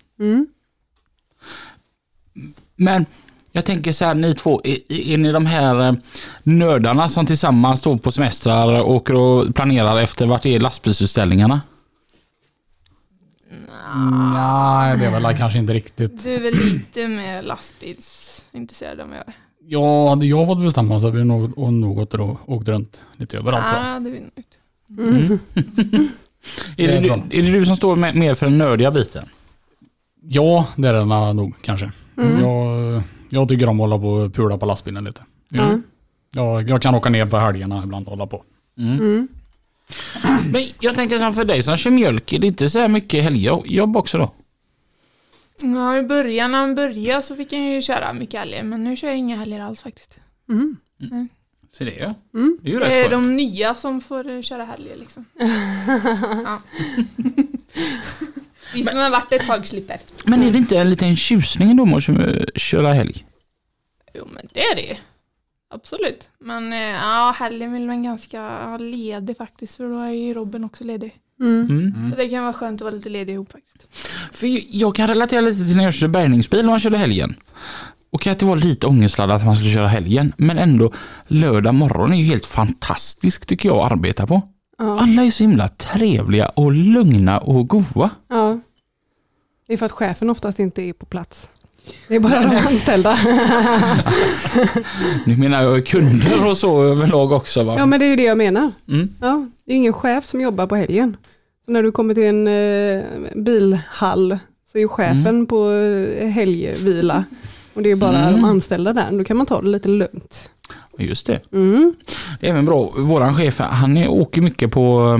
Men jag tänker så här, ni två, är ni de här nördarna som tillsammans står på semestrar och åker och planerar efter vart är lastbilsutställningarna? Nej, det är väl kanske inte riktigt. Du är väl lite mer lastbilsintresserad än vad jag är. Ja, hade jag fått bestämma så hade vi nog åkt runt lite överallt. Ja, det vill nog. Är det du som står mer för den nördiga biten? Ja, det är det nog kanske. Jag tycker om att hålla på och pula på lastbilen lite. Jag kan åka ner på helgerna ibland och hålla på. Men jag tänker som för dig som kör mjölk, är det inte så här mycket helgjobb också då? Ja, i början när man började så fick jag ju köra mycket helger, men nu kör jag inga helger alls faktiskt. Så det är Det är ju rätt de nya som får köra helger liksom. Ja. Vi som har varit ett tag slipper. Men är det inte en liten tjusning då att köra helg? Jo, men det är det. Absolut. Men ja, helgen vill man ganska ledig faktiskt, för då är ju Robin också ledig. Så det kan vara skönt att vara lite ledig ihop faktiskt. För jag kan relatera lite till när jag körde bärgningsbil när man körde helgen. Och att det var lite ångestladdat att man skulle köra helgen. Men ändå, lördag morgon är ju helt fantastisk tycker jag att arbeta på. Ja. Alla är så himla trevliga och lugna och goa. Ja. Det är för att chefen oftast inte är på plats. Det är bara de anställda. Nu menar jag kunder och så överlag också, va? Ja, men det är ju det jag menar. Ja, det är ingen chef som jobbar på helgen. Så när du kommer till en bilhall så är ju chefen på helgvila. Och det är bara de anställda där. Då kan man ta det lite lugnt. Just det. Det är även bra. Våran chef, han åker mycket på...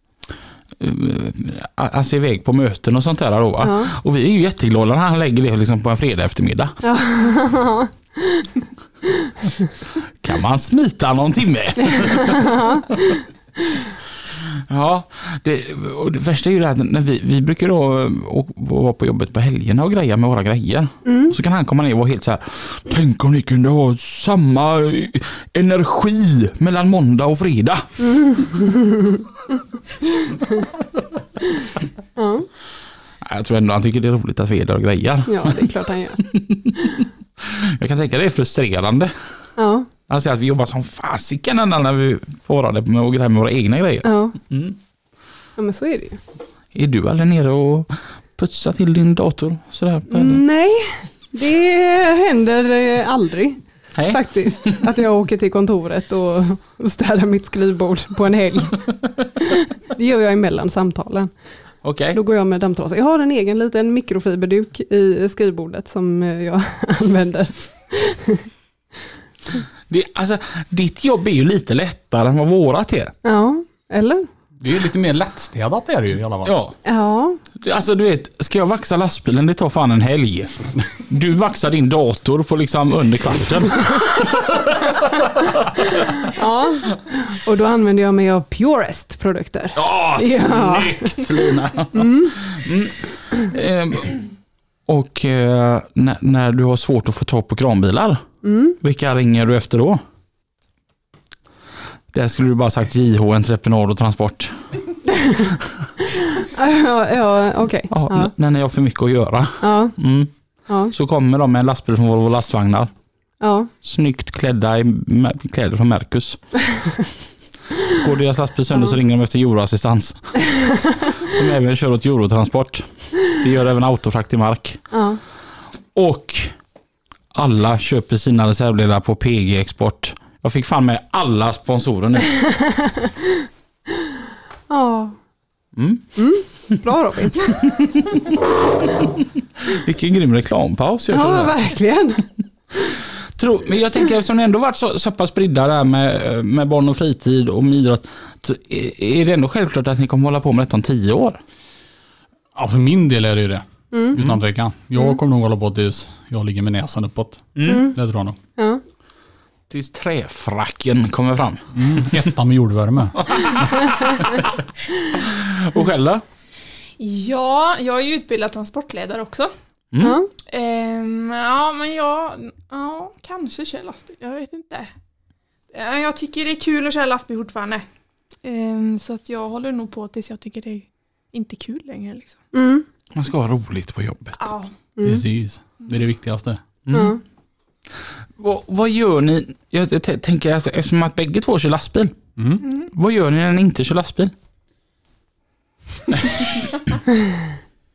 alltså iväg på möten och sånt där då, va? Ja. Och vi är ju jätteglada när han lägger det liksom på en fredag eftermiddag. Ja. Kan man smita någon timme? Ja, och det värsta är ju det att när vi brukar då vara på jobbet på helgen och greja med våra grejer. Och så kan han komma ner och vara helt så här: tänk om ni kunde ha samma energi mellan måndag och fredag. Jag tror ändå han tycker det är roligt att vi är där och grejar. Ja, det är klart han gör. Jag kan tänka det är frustrerande. Ja. Alltså att vi jobbar som fasiken när vi får ha det med och grejer med våra egna grejer. Ja. Ja, men så är det ju. Är du aldrig nere och putsar till din dator? Sådär, nej, det händer aldrig. Nej. Faktiskt. Att jag åker till kontoret och städar mitt skrivbord på en helg. Det gör jag emellan samtalen. Okay. Då går jag med dammtrasa. Jag har en egen liten mikrofiberduk i skrivbordet som jag använder. Alltså, ditt jobb är ju lite lättare än vad vårat är. Ja, eller? Det är ju lite mer lättstädat är det ju i alla fall. Ja. Alltså du vet, ska jag vaxa lastbilen, det tar fan en helg. Du vaxar din dator på liksom under kvarten. Ja, och då använder jag mig av Purest-produkter. Ja, snyggt Lina. Och när du har svårt att få tag på kranbilar, vilka ringer du efter då? Där skulle du bara sagt JH, entreprenad och transport. Ja, okej. Ja, när ni har för mycket att göra. Ja. Så kommer de med en lastbil från Volvo lastvagnar. Ja. Snyggt klädda i kläder från Mercus. Går deras lastbil sönder så ringer de efter Euroassistans. Som även kör åt Eurotransport. Det gör även Autofrakt i mark. Ja. Och alla köper sina reservdelar på PG Export. Jag fick fan med alla sponsorer nu. Ja. Bra Robin. Vilken grym reklampaus. Ja, verkligen. Men jag tänker, eftersom det ändå varit så pass spridda där med barn och fritid och med idrott, är det ändå självklart att ni kommer hålla på med detta om 10 år? Ja, för min del är det ju det. Utan tvekan. Jag kommer nog hålla på tills jag ligger med näsan uppåt. Det tror jag nog. Ja. Tills träfracken kommer fram. Etta med jordvärme. Och själv då? Ja, jag är ju utbildad transportledare också. Ja, men jag kanske kör lastbil. Jag vet inte. Jag tycker det är kul att köra lastbil fortfarande. Så att jag håller nog på tills jag tycker det är inte kul längre. Liksom. Man ska ha roligt på jobbet. Ja. Precis. Det är det viktigaste. Vad gör ni? Jag tänker alltså, eftersom att bägge två kör lastbil. Vad gör ni när ni inte kör lastbil?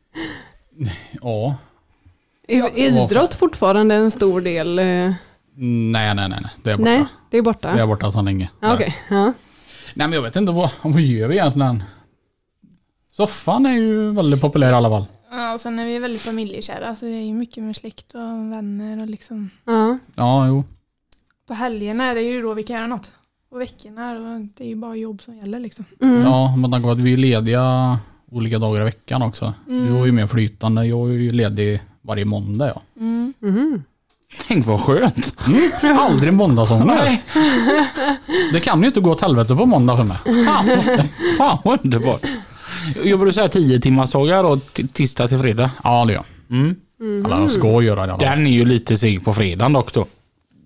Ja. Är idrott fortfarande en stor del? Nej. Det är borta. Nej, det är borta. Det är borta så länge. Okej. Ja. Nej, men jag vet inte vad gör vi egentligen. Soffan är ju väldigt populär i alla fall. Ja, sen är vi väldigt familjekära så det är ju mycket med släkt och vänner och liksom. Ja, jo. På helgerna är det ju då vi kan göra något. På veckorna och det är ju bara jobb som gäller liksom. Ja, men tack vare att vi är lediga olika dagar i veckan också. Du är ju mer flytande. Jag är ju ledig varje måndag. Ja. Tänk vad skönt. Aldrig måndagsångest. Det kan ju inte gå åt helvete på måndag för mig. Fan vad underbart. Jobbar du så här 10 timmars dagar då, tisdag till fredag? Ja, det gör jag. Alla ska göra det. Den är ju lite seg på fredagen dock då.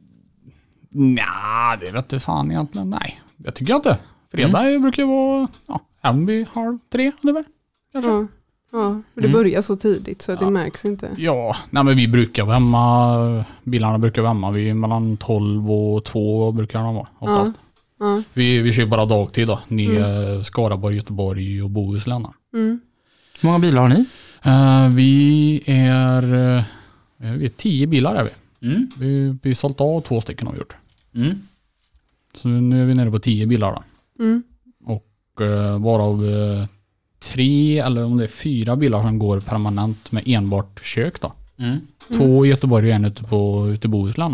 Nja, det vet du fan egentligen. Nej, jag tycker inte. Fredag brukar ju vara 2:30 ungefär. Kanske. Ja, det börjar så tidigt så att det märks inte. Ja, nej, men vi brukar vara hemma. Bilarna brukar vara hemma. Vi är mellan 12 och 2 brukar de vara oftast. Ja. Vi kör bara dagtid då. Ni Skaraborg, Göteborg och Bohuslän. Hur många bilar har ni? Vi är 10 bilar är vi. Vi sålt av 2 stycken har vi gjort. Så nu är vi nere på 10 bilar då. Och varav 3 eller om det är 4 bilar som går permanent med enbart kök då. 2 i Göteborg och en ute i Bohuslän.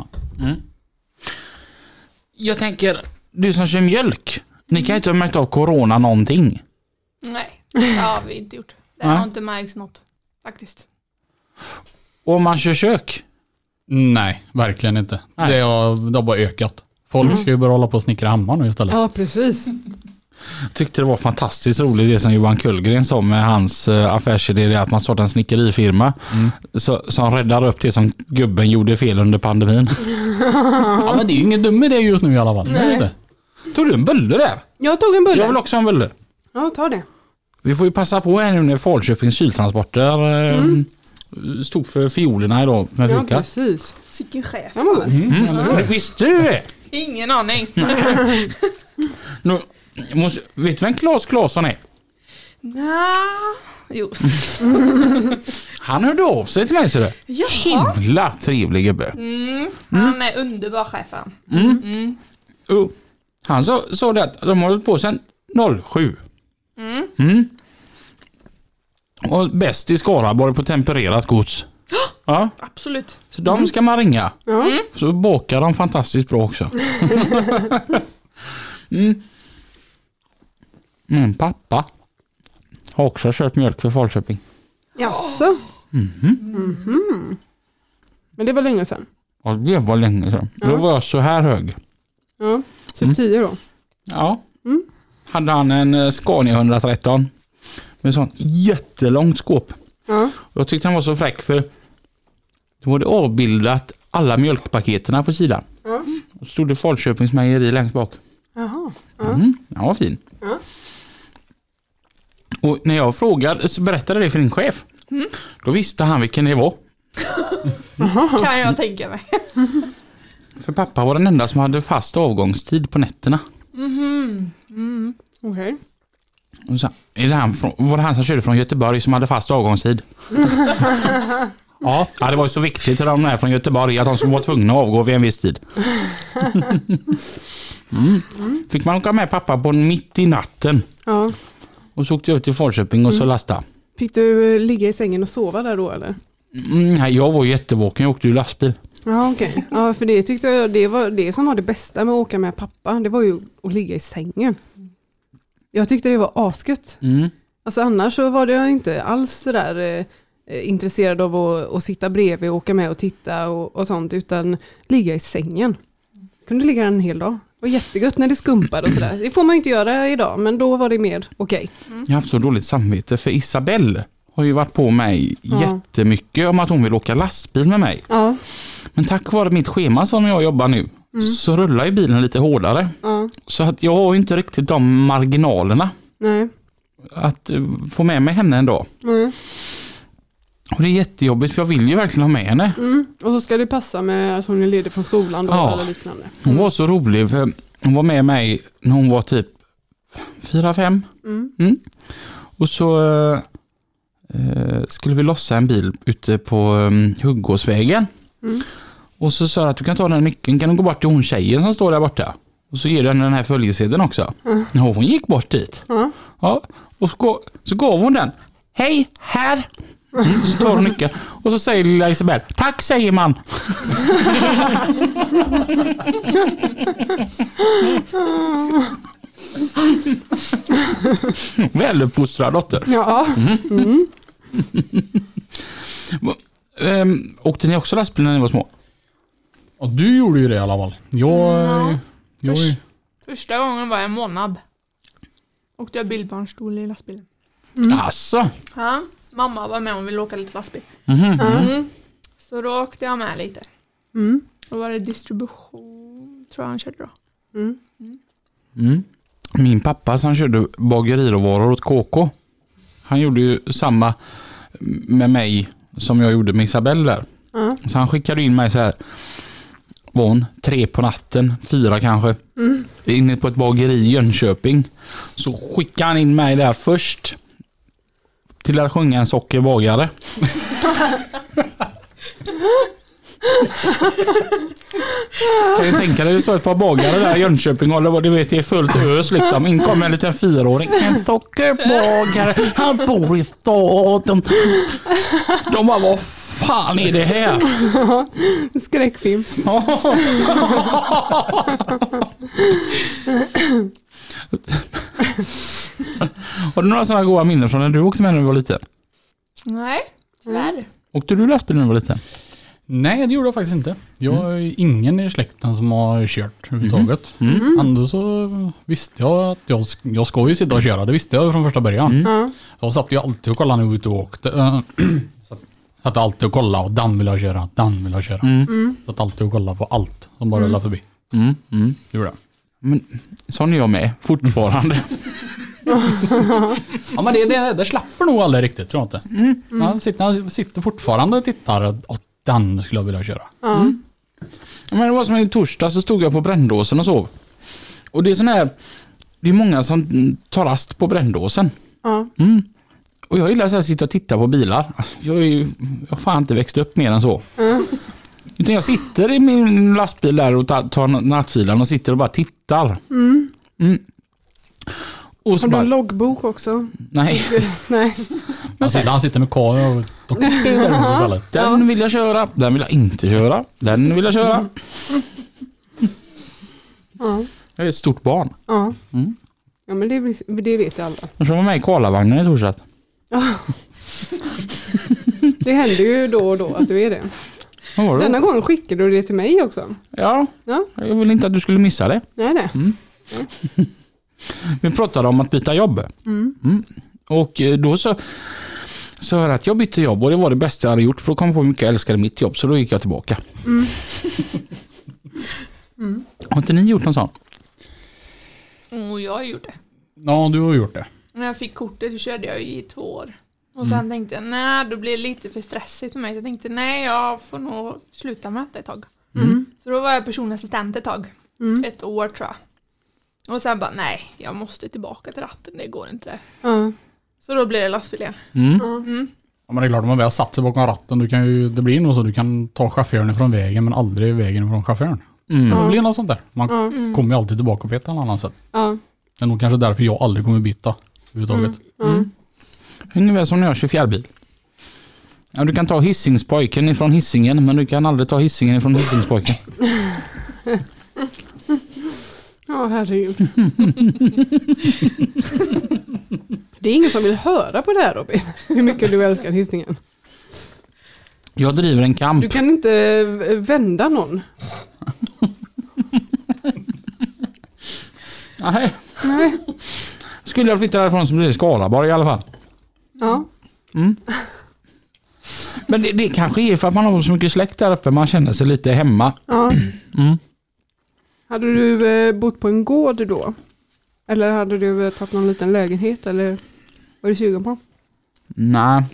Jag tänker, du som kör mjölk, ni kan ju inte ha märkt av corona någonting. Nej, det har vi inte gjort. Det har inte märks något faktiskt. Och om man kör kök? Nej, verkligen inte. Det har bara ökat. Folk ska ju börja hålla på och snickra hammar nu istället. Ja, precis. Jag tyckte det var fantastiskt roligt det som Johan Kullgren sa med hans affärsidé, det att man startar en snickerifirma som räddar upp det som gubben gjorde fel under pandemin. Ja, men det är ju ingen dum idé just nu i alla fall. Nej. Tog du en bulle där? Jag tog en bulle. Jag vill också ha en bulle. Ja, ta det. Vi får ju passa på här nu när Falköpings kyltransporter stod för fiolerna idag med Ja, fika. precis. Sicken chef. Ja, Visste du det? Ingen aning. Vet du vem Claes Claesson är? Jo. Han hörde av sig till mig så det. Jaha. Himla trevlig gubbe. Han är underbar chefen. Han sa det att de har hållit på sedan 07. Och bäst i Skaraborg på tempererat gods. Ja. Absolut. Så de ska man ringa. Så bakar de fantastiskt bra också. Min pappa har också kört mjölk för Falköping. Jaså? Men det var länge sedan. Ja, det var länge sedan. Då var jag så här hög. Ja, typ 10 då. Ja. Hade han en Scania 113 med ett sånt jättelångt skåp. Ja. Och jag tyckte han var så fräck för då var det avbildat alla mjölkpaketerna på sidan. Ja. Och stod det Falköpings mejeri längst bak. Jaha. Ja, fin. Ja. Och när jag frågade så berättade det för din chef. Då visste han vilken det var. Kan jag tänka mig. För pappa var den enda som hade fast avgångstid på nätterna. Okej. Och så, var det han som körde från Göteborg som hade fast avgångstid? Ja, det var ju så viktigt för de här från Göteborg att de som var tvungna att avgå vid en viss tid. Fick man åka med pappa på mitt i natten. Ja. Och så åkte jag ut till Falköping och så lastade. Fick du ligga i sängen och sova där då eller? Nej, jag var jättevaken. Jag åkte ju lastbil. Ja, okej. Ja, för det tyckte jag det var det som var det bästa med att åka med pappa. Det var ju att ligga i sängen. Jag tyckte det var asgött. Alltså annars så var det inte alls så där intresserad av att sitta bredvid och åka med och titta och sånt, utan ligga i sängen. Kunde ligga en hel dag. Det var jättegött när det skumpade och sådär. Det får man ju inte göra idag, men då var det mer okej. Jag har haft så dåligt samvete för Isabelle har ju varit på mig jättemycket om att hon vill åka lastbil med mig. Ja. Men tack vare mitt schema som jag jobbar nu så rullar ju bilen lite hårdare. Ja. Så att jag har ju inte riktigt de marginalerna Nej. att få med mig henne en dag. Och det är jättejobbigt för jag vill ju verkligen ha med henne. Och så ska det passa med att hon är ledig från skolan då, eller liknande. Hon var så rolig för hon var med mig när hon var typ 4-5. Och så skulle vi lossa en bil ute på Huggåsvägen. Och så sa jag att du kan ta den här nyckeln, kan du gå bort till hon tjejen som står där borta? Och så ger den här följesedeln också. Ja, hon gick bort dit. Ja, och så gav hon den. Hej, här! Så tar hon nyckeln. Och så säger lilla Isabel, tack säger man. Väluppfostrad dotter. Ja. Åkte ni också lastbil när ni var små? Och du gjorde ju det i alla fall. Första gången var jag en månad. Åkte jag bilbarnstol i lastbilen. Asså? Ja, mamma var med och ville åka lite lastbil. Så då åkte jag med lite. Då var det distribution, tror jag han körde då. Min pappa som körde bageriråvaror åt KK. Han gjorde ju samma med mig som jag gjorde med Isabelle där. Så han skickade in mig så här. Var hon 3 på natten, 4 kanske. Inne på ett bageri i Jönköping. Så skickade han in mig där först. Till att sjunga en sockerbagare. Kan du tänka dig, det står ett par bagare där i Jönköping och det vet, det är fullt ös liksom. In kommer en liten 4-åring. En sockerbagare, han bor i staden. De bara, vad fan är det här? Skräckfilm. Har du några sådana goda minnen från när du åkte med när du var liten? Nej, tyvärr. Åkte du lastbil när du var liten? Nej, det gjorde jag faktiskt inte. Jag är ingen i släkten som har kört överhuvudtaget. Ändå så visste jag att jag ska ju sitta och köra. Det visste jag från första början. Jag satt ju alltid och kollade när vi ut och åkte. Satt alltid och kollade och den vill jag köra. Satt alltid och kollade på allt som bara rullade förbi. Det gjorde jag. Men sån är jag med, fortfarande. Ja, men det släpper nog aldrig riktigt, tror jag inte. Man sitter fortfarande och tittar och den skulle jag vilja köra. Ja, men det var som i torsdag så stod jag på Brändåsen och sov. Och det är sån här, det är många som tar rast på Brändåsen. Och jag gillar så här sitta och titta på bilar. Jag har fan inte växt upp mer än så. Utan jag sitter i min lastbil där och tar nattfilen och sitter och bara tittar. Och har du en loggbok också? Nej. Nej. Han sitter med kameran och den vill jag köra, den vill jag inte köra, den vill jag köra. Jag är ett stort barn. Ja, men det vet alla. Jag var med i Karlavagnen i torsdags. Det händer ju då och då att du är det. Denna gång skickade du det till mig också. Ja. Jag vill inte att du skulle missa det. Nej. Vi pratade om att byta jobb. Och då så jag att jag bytte jobb och det var det bästa jag hade gjort för att komma på hur mycket jag älskade mitt jobb, så då gick jag tillbaka. Har inte ni gjort någon sån? Jag har gjort det. Ja, du har gjort det. När jag fick kortet så körde jag i 2 år. Och sen tänkte jag, nej, då blir det lite för stressigt för mig. Så jag tänkte, nej, jag får nog sluta med det ett tag. Så då var jag personassistent ett tag. 1 år tror jag. Och sen bara, nej, jag måste tillbaka till ratten, det går inte där. Så då blir det lastbil igen. Ja, men det är klart, om man väl satt sig bakom ratten, det blir nog så du kan ta chauffören från vägen men aldrig vägen från chauffören. Det blir något sånt där. Man kommer ju alltid tillbaka på ett eller annat sätt. Det är nog kanske därför jag aldrig kommer byta överhuvudtaget. Ungefär som när jag kör fjärrbil. Ja, du kan ta Hisingspojken ifrån Hisingen, men du kan aldrig ta Hisingen ifrån Hisingspojken. Ja, herregud. Det är ingen som vill höra på det här, Robin. Hur mycket du älskar Hisingen. Jag driver en kamp. Du kan inte vända någon. Nej. Skulle jag flytta därifrån så blir det Skaraborg i alla fall. Ja. Men det kanske är för att man har så mycket släkt där uppe. Man känner sig lite hemma. Ja. Hade du bott på en gård då? Eller hade du tagit någon liten lägenhet? Eller var du sugen på? Nej.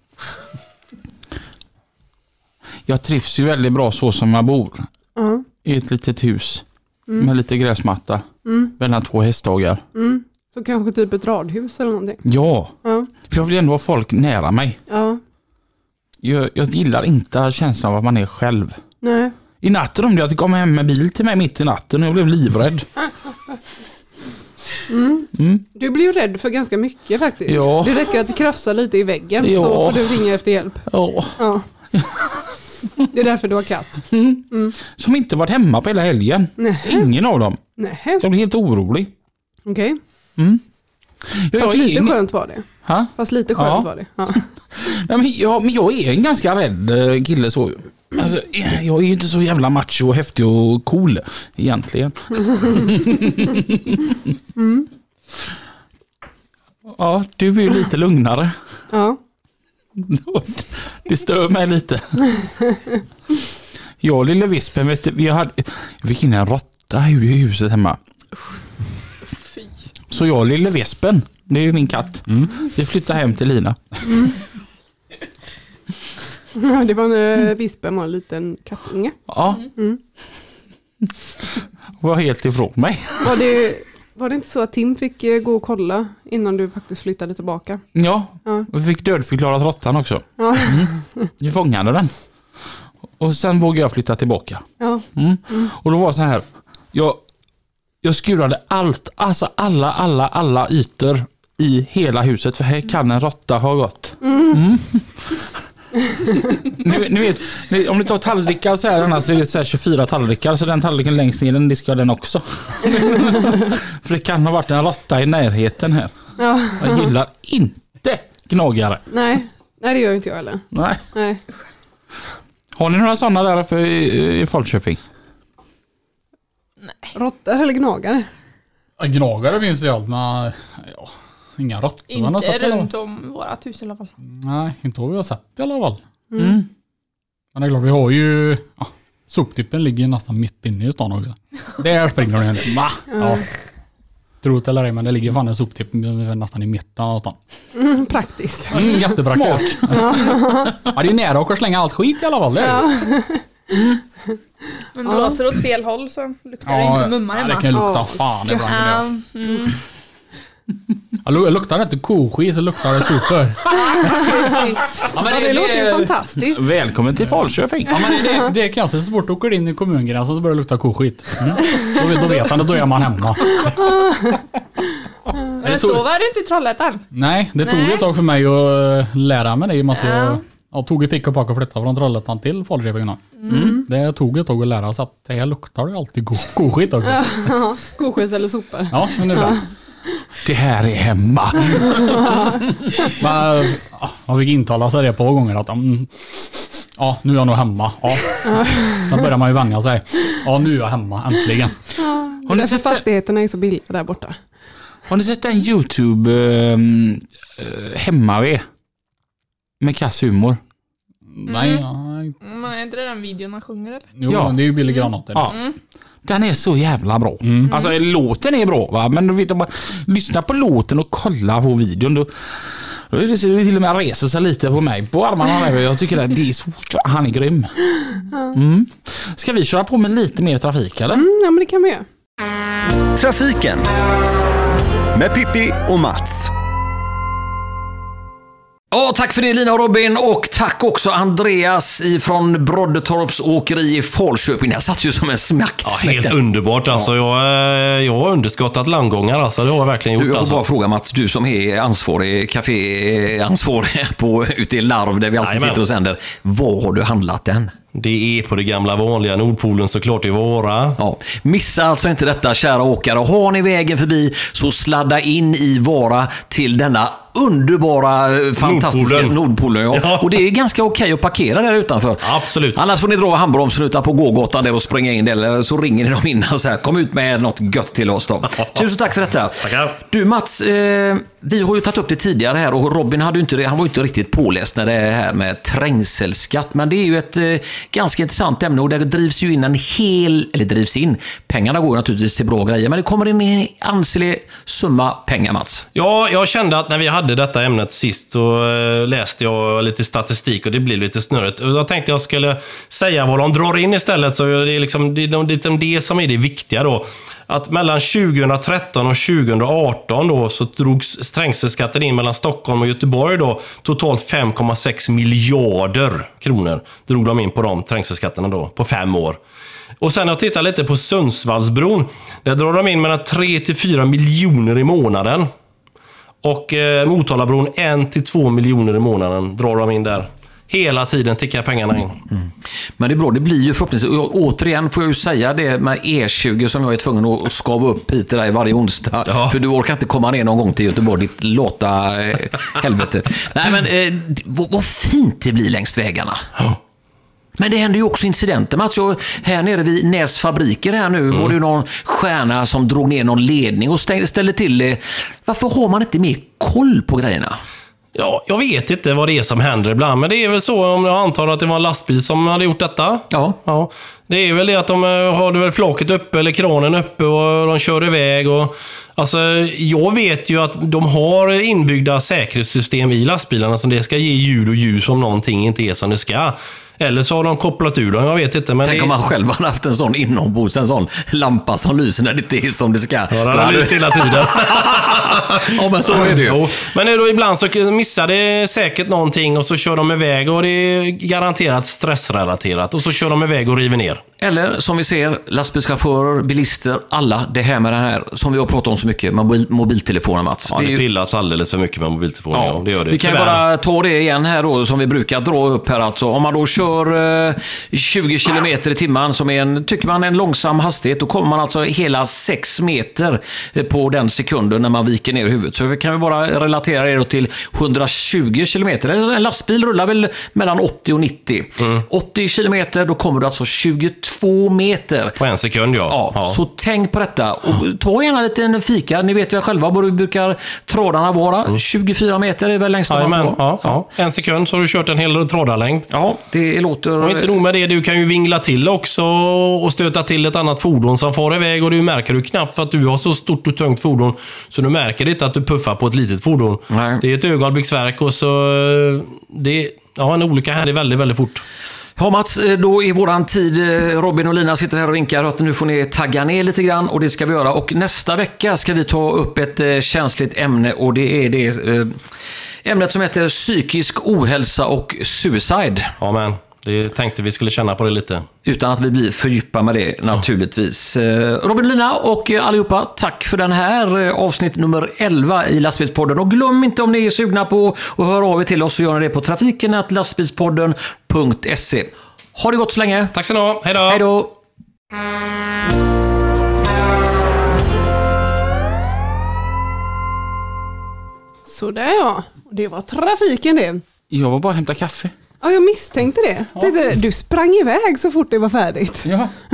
Jag trivs ju väldigt bra så som jag bor. I ett litet hus. Med lite gräsmatta. Mellan 2 hästdagar. Så kanske typ ett radhus eller någonting. Ja, Ja. för jag vill ändå ha folk nära mig. Ja. Jag gillar inte känslan av att man är själv. Nej. I natten om det att det kom hem med bil till mig mitt i natten och jag blev livrädd. Du blir ju rädd för ganska mycket faktiskt. Ja. Det räcker att du krafsar lite i väggen Ja. så får du ringa efter hjälp. Ja. Ja. Det är därför du har katt. Som inte varit hemma på hela helgen. Nej. Ingen av dem. Nej. Jag blir helt orolig. Okej. Jag Fast är lite ingen... skönt var det. Ha? Fast lite skönt Ja. var det. Ja. Nej, men jag är en ganska rädd kille så. Alltså, jag är ju inte så jävla macho och häftig och cool egentligen. Ja, du är ju lite lugnare. Ja. Det stör mig lite. Jag och lille Vispen, vet du, jag fick in en råtta i huset hemma. Så jag och lille Vispen, det är ju min katt. Vi flyttar hem till Lina. Det var när Vispen var en liten kattunge. Ja. Var helt ifrån mig. Var det inte så att Tim fick gå och kolla innan du faktiskt flyttade tillbaka? Ja, Ja. vi fick dödförklarat råttan också. Ja. Vi fångade den. Och sen vågade jag flytta tillbaka. Ja. Och då var det så här. Jag skurade allt, alltså alla ytor i hela huset. För här kan en råtta ha gått. Ni vet, om ni tar tallrikar så här, så är det så här 24 tallrikar. Så den tallriken längst ner, den diskar den också. För det kan ha varit en råtta i närheten här. Ja. Jag gillar inte gnagare. Nej, det gör inte jag heller. Nej. Har ni några sådana där uppe i Falköping? Råttor eller gnagare? Ja, gnagare finns det ju allt, men ja, inga råttor. man har Inte sett i alla fall. runt om vårat hus i alla fall. Nej, inte vad vi har sett i alla fall. Men det är klart, vi har ju... Ja, soptippen ligger nästan mitt inne i stan också. Där springer den inte. Ja. Tror det eller ej, men det ligger fan en soptipp nästan i mitten av stan. Praktiskt. Jättebra. Smart. Ja, det är nära att slänga allt skit i alla fall. Det är. Men blåser åt fel håll så luktar det inte mumma hemma. det kan ju lukta fan ibland. Luktar det inte koskit så luktar det sopor. Precis. Ja, men Det låter ju fantastiskt. Välkommen till Falköping. Ja, men det är kanske så fort att åka in i kommungränsen så börjar det lukta koskit. Då vet han att då är man hemma. Men så var det inte i Trollhättan. Nej, det tog ett tag för mig att lära mig det i och med att jag tog ett pick och pack och flyttade från Trollhättan till Falköping. Det tog ett tag att lära sig att det här luktar ju alltid koskit också. Koskit eller sopor. Ja, ungefär. Det här är hemma. Men jag fick intala sig det på gånger att ja, nu är jag nog hemma. Ja. Då börjar man ju vänja sig. Ja, nu är jag hemma, äntligen. Har ni Därför sett fastigheterna är så billiga där borta. Har ni sett en YouTube hemma vid med kass humor? Nej. Men är inte det den videon man sjunger eller? Jo, Ja. det är ju billig granater. Ja. Den är så jävla bra. Alltså låten är bra, va? Men du vet, om man lyssnar på låten och kollar på videon då är det till och med reser sig lite på mig på armarna. Jag tycker att det är så, han är grym. Ska vi köra på med lite mer trafik eller? Ja, men det kan vi göra. Trafiken med Pippi och Mats. Ja, tack för det Lina och Robin och tack också Andreas ifrån Broddetorps åkeri i Falköping. Jag satt ju som en smäck. Ja, helt underbart. Alltså, jag har underskottat landgångar. Alltså, det har jag verkligen gjort. Jag får alltså. bara fråga Mats, du som är ansvarig, kaféansvarig ute i Larv där vi alltid sitter och sänder. Vad har du handlat den? Det är på det gamla vanliga Nordpolen såklart i Vara. Ja, missa alltså inte detta kära åkare. Har ni vägen förbi så sladda in i Vara till denna underbara, fantastiska Nordpolen. Ja. Och det är ganska okej att parkera där utanför. Absolut. Annars får ni dra handbromsen utan på gågatan där och springa in där, eller så ringer ni dem innan och så här, kom ut med något gött till oss då. Tusen tack för detta. Tackar. Du Mats, vi har ju tagit upp det tidigare här och Robin hade ju inte, han var ju inte riktigt påläst när det är här med trängselskatt, men det är ju ett ganska intressant ämne och det drivs ju in drivs in. Pengarna går naturligtvis till bra grejer, men det kommer in en ansenlig summa pengar, Mats. Ja, jag kände att när vi hade hade detta ämnet sist så läste jag lite statistik och det blev lite snurrigt. Och jag tänkte jag skulle säga vad de drar in istället, så det är liksom det som är det viktiga då. Att mellan 2013 och 2018 då så drogs trängselskatten in mellan Stockholm och Göteborg då totalt 5,6 miljarder kronor drog de in på de trängselskatterna då på 5 år. Och sen jag tittar lite på Sundsvallsbron, där drar de in mellan 3-4 miljoner i månaden. Och Motalabron 1-2 miljoner i månaden drar de in där. Hela tiden tickar pengarna in. Men det är bra, det blir ju förhoppningsvis. Återigen får jag ju säga det med E20 som jag är tvungen att skava upp hit till dig varje onsdag. Ja. För du orkar inte komma ner någon gång till Göteborg, ditt låta helvete. Nej men vad fint det blir längs vägarna. Ja. Men det händer ju också incidenter. Alltså, här nere vid Näs fabriker här nu var det ju någon stjärna som drog ner någon ledning och ställde till det. Varför har man inte mer koll på grejerna? Ja, jag vet inte vad det är som händer ibland, men det är väl så, om jag antar att det var en lastbil som hade gjort detta. Ja. Det är väl det att de hade väl flaket uppe eller kranen uppe och de kör iväg. Och, alltså, jag vet ju att de har inbyggda säkerhetssystem i lastbilarna som det ska ge ljud och ljus om någonting inte är som det ska. Eller så har de kopplat ur dem, jag vet inte. Men tänk om man själv har haft en sån inombords, en sån lampa som lyser när det inte är som det ska. Ja, den har lyst hela tiden. Ja, men så är det ju. Jo. Men då ibland så missar det säkert någonting och så kör de iväg och det är garanterat stressrelaterat. Och så kör de iväg och river ner. Eller som vi ser, lastbilschaufförer, bilister, alla det här med den här som vi har pratat om så mycket, mobiltelefoner, Mats. Ja, det pillas alldeles för mycket med mobiltelefoner. Ja, det gör det. Vi kan ju bara ta det igen här då, som vi brukar dra upp här alltså. Om man då kör 20 km i timmen som är tycker man en långsam hastighet, då kommer man alltså hela 6 meter på den sekunden när man viker ner huvudet. Så vi kan vi bara relatera det då till 120 km. En lastbil rullar väl mellan 80 och 90. 80 km, då kommer du alltså 22 meter. På en sekund, ja. Så tänk på detta. Och ta gärna lite en fika. Ni vet ju själva vad du brukar trådarna vara. 24 meter är väl längsta man får. Ja. En sekund så har du kört en hel trådarlängd. Ja, det låter... Och inte nog med det, du kan ju vingla till också och stöta till ett annat fordon som far iväg och du märker du knappt för att du har så stort och tungt fordon så du märker inte att du puffar på ett litet fordon. Nej. Det är ett ögonblicksverk och så en olycka här är väldigt, väldigt fort. Ja, Mats, då är våran tid. Robin och Lina sitter här och vinkar att nu får ni tagga ner lite grann och det ska vi göra. Och nästa vecka ska vi ta upp ett känsligt ämne och det är det ämnet som heter psykisk ohälsa och suicide. Ja, men det tänkte vi skulle känna på det lite. Utan att vi blir fördjupa med det naturligtvis. Robin, Lina och allihopa, tack för den här avsnitt nummer 11 i Lastbilspodden. Och glöm inte om ni är sugna på att höra av er till oss så gör ni det på trafiken@lastbilspodden.se. Ha det gott så länge. Tack så mycket. Hej då. Hej då. Sådär ja. Det var trafiken det. Jag var bara att hämta kaffe. Ja, jag misstänkte det. Du sprang iväg så fort det var färdigt.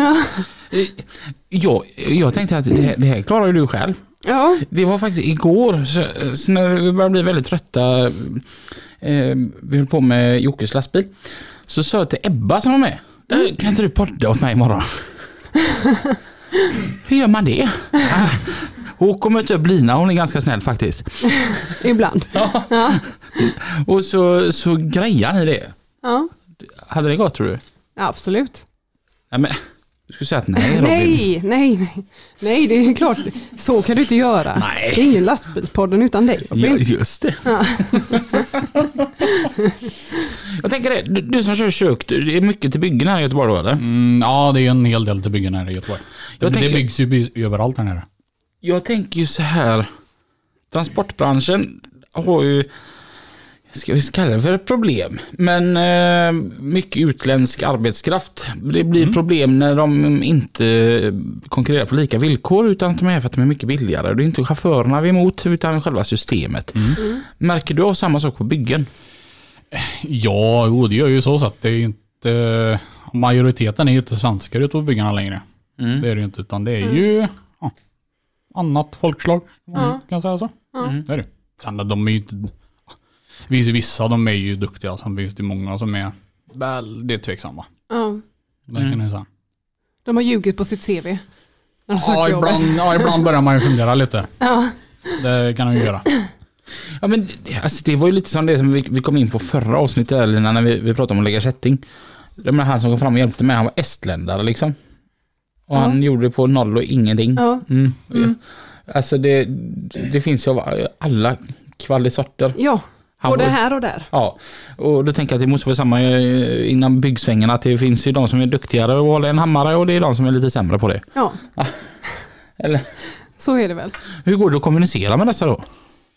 Ja. Jag tänkte att det här klarar ju du själv. Ja. Det var faktiskt igår, så när vi började bli väldigt trötta, vi höll på med Jockes lastbil, så sa jag till Ebba som var med, kan inte du podda åt mig imorgon? Hur gör man det? Hon kommer inte upp Lina, hon är ganska snäll faktiskt. Ibland. Ja. Och så grejar ni det. Ja. Hade det gått, tror du? Ja, absolut. Ja, men du skulle säga att nej, Robin. Nej, det är klart. Så kan du inte göra. Nej. Det är ingen lastbilspodden utan dig, Robin. Ja, just det. Ja. Jag tänker det, du som kör kök, det är mycket till byggen här i Göteborg då, eller? Ja, det är en hel del till byggen här i Göteborg. Det byggs ju överallt här nere. Jag tänker ju så här, transportbranschen har ju, ska vi kalla det för ett problem, men mycket utländsk arbetskraft. Det blir problem när de inte konkurrerar på lika villkor utan att de är för att de är mycket billigare. Det är inte chaufförerna vi är emot utan själva systemet. Märker du av samma sak på byggen? Ja, det gör ju så att det är inte, majoriteten är ju inte svenskar ute på byggarna längre. Det är det ju inte, utan det är ju annat folkslag, kan jag säga så. Det är det. Sen de är ju inte, vissa de är ju duktiga, sen finns det många som är väldigt tveksamma. Det kan jag säga. De har ljugit på sitt CV. Ibland börjar man ju fundera lite. Det kan de ju göra. Ja, men alltså, det var ju lite som det som vi kom in på förra avsnittet eller när vi pratade om att lägga kätting. Men han som kom fram och hjälpte mig, han var estländare liksom. Och han gjorde det på 0 och ingenting. Ja. Alltså det finns ju av alla kvalitsorter. Ja, både här och där. Ja, och då tänker jag att det måste vara samma innan byggsvängen, att det finns ju de som är duktigare att hålla en hammare och det är de som är lite sämre på det. Ja. Eller? Så är det väl. Hur går det att kommunicera med dessa då?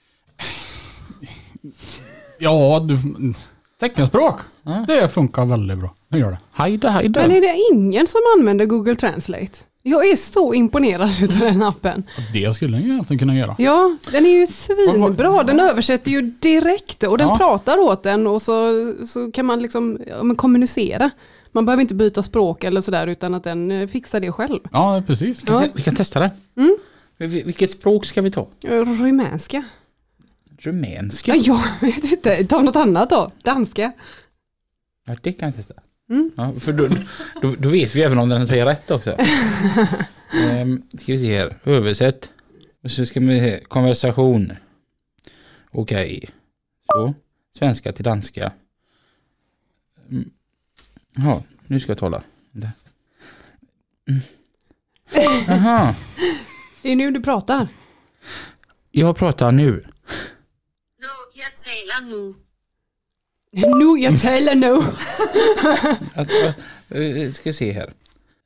Ja, teckenspråk. Det funkar väldigt bra. Det gör det. Hejda. Men är det ingen som använder Google Translate? Jag är så imponerad av den appen. Det skulle den ju egentligen kunna göra. Ja, den är ju svinbra. Den översätter ju direkt och den pratar åt den och så kan man liksom kommunicera. Man behöver inte byta språk eller sådär utan att den fixar det själv. Ja, precis. Vi kan testa det. Vilket språk ska vi ta? Rumänska. Rumänska? Ja, jag vet inte. Ta något annat då. Danska. Ja, det kan jag testa. Ja, för då vet vi även om den säger rätt också. Ska vi se här. Översätt. Och så ska vi se. Konversation. Okej. Så. Svenska till danska. Ja, nu ska jag tala. Aha. Det är nu du pratar. Jag pratar nu. Jag talar nu. Jag talar nu. Ska se här.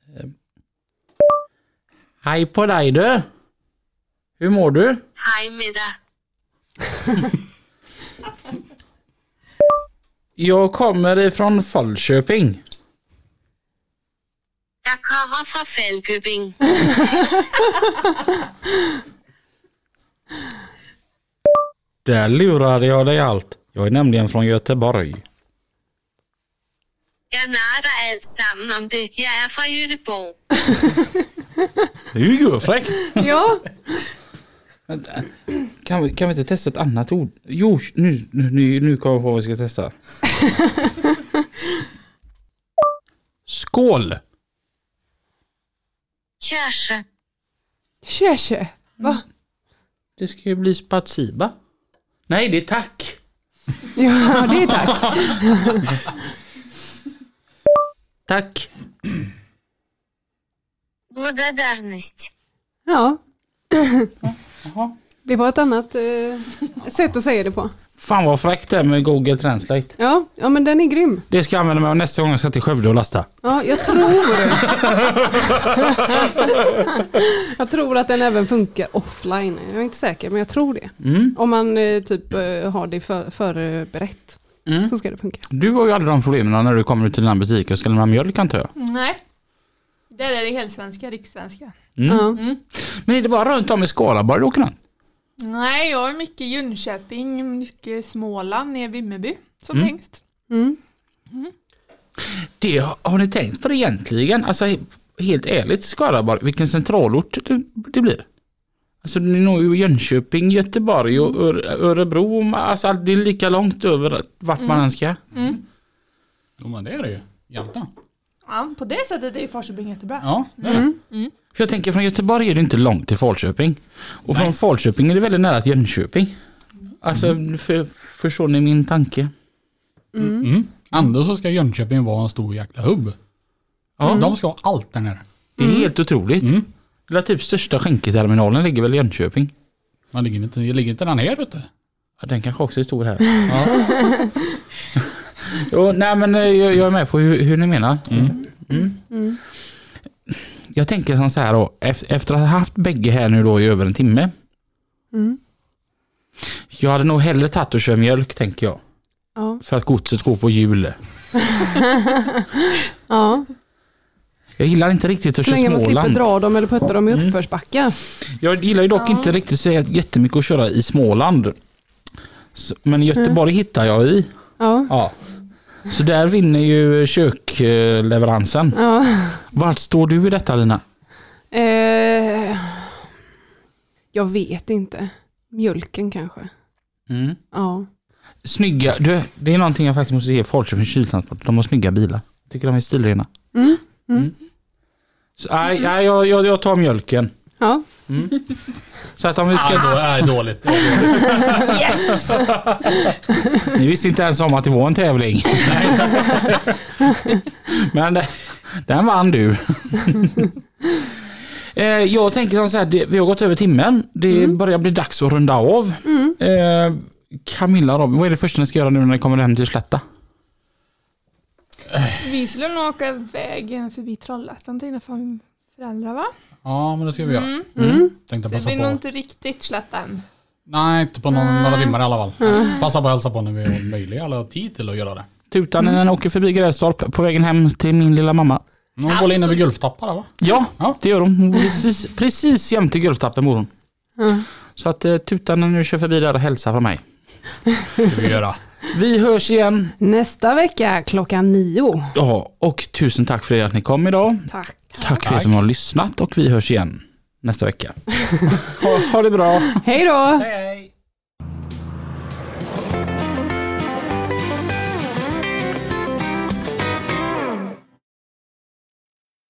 Hej på dig du. Hur mår du? Hej med dig. Jag kommer ifrån Falköping. Jag kommer från Falköping. Där lurade jag dig allt. Jag är nämligen från Göteborg. Jag narrar allt samman om det. Jag är från Göteborg. Det är ju fräckt. Ja. Kan vi inte testa ett annat ord? Jo, nu kommer jag på vad vi ska testa. Skål! Körsö. Va? Det ska ju bli spatsiba. Nej, det är tack. Ja, det är tack. Tack. Благодарность. Ja. Det var ett annat sätt att säga det på. Fan vad fräckt det är med Google Translate. Ja, men den är grym. Det ska jag använda mig av nästa gång jag ska till Skövde och lasta. Ja, jag tror att den även funkar offline. Jag är inte säker, men jag tror det. Om man typ har det förberett så ska det funka. Du har ju aldrig de problemen när du kommer ut till den butiken och ska lämna mjölk, antar jag. Nej. Där är det helsvenska, rikssvenska. Men är det bara runt om i Skaraborg du åker runt? Nej, jag är mycket Jönköping, mycket Småland, ner Vimmerby som längst. Det har ni tänkt på det egentligen? Alltså helt ärligt, Skaraborg, vilken centralort det blir? Alltså ni når ju Jönköping, Göteborg och Örebro, alltså det är lika långt över vart man än ska. Ja, men det är det ju. Egentligen. Ja, på det sättet är ju Falköping jättebra. Ja, det är det. För jag tänker från Göteborg är det inte långt till Falköping. Och från Falköping är det väldigt nära till Jönköping. Alltså, förstår ni min tanke? Ändå så ska Jönköping vara en stor jäkla hubb. Ja. De ska ha allt där nere. Det är helt otroligt. Det är typ största skänketerminalen ligger väl i Jönköping. Man ligger inte den här ute. Ja, den kanske också är stor här. Ja. Jo, nej men jag är med på hur ni menar. Jag tänker som så här då, efter att ha haft bägge här nu då i över en timme. Jag hade nog hellre tagit och köra mjölk, tänker jag. Ja. För att godset går på hjul. Ja. Jag gillar inte riktigt att köra Småland. Så länge man slipper dra dem eller putta dem i uppförsbackar. Jag gillar ju dock inte riktigt så jättemycket att köra i Småland. Men Göteborg hittar jag i. Ja. Så där vinner ju kökleveransen. Ja. Vart står du i detta, Lina? Jag vet inte. Mjölken kanske. Ja. Snygga. Det är någonting jag faktiskt måste ge Falköping kyltransport. De har snygga bilar. Tycker de är stilrena. Så, jag tar mjölken. Ja. Så att om vi ska... Ja, då är det dåligt. Yes! Ni visste inte ens om att det var en tävling. Men den vann du. Jag tänker som så här, vi har gått över timmen. Det börjar bli dags att runda av. Camilla, Robin, vad är det första ni ska göra nu när ni kommer hem till Slätta? Vi skulle nog åka vägen förbi Trollhättan till dina föräldrar, va? Ja, men det ska vi göra. Tänkte Det passa blir nog på. inte riktigt Slättan. Nej, inte på några timmar i alla fall. Passa på att hälsa på när vi har möjlighet eller tid till att göra det. Tutan när den åker förbi Grästorp på vägen hem till min lilla mamma. Hon går in över Gulftappar, va? Ja, det gör hon. Precis jämte Gulftappen bor hon. Så att tutan när du kör förbi där och hälsa från mig. Det ska vi göra. Vi hörs igen. Nästa vecka 9:00. Ja, och tusen tack för att ni kom idag. Tack för er som har lyssnat och vi hörs igen nästa vecka. Ha det bra. Hej då! Hej.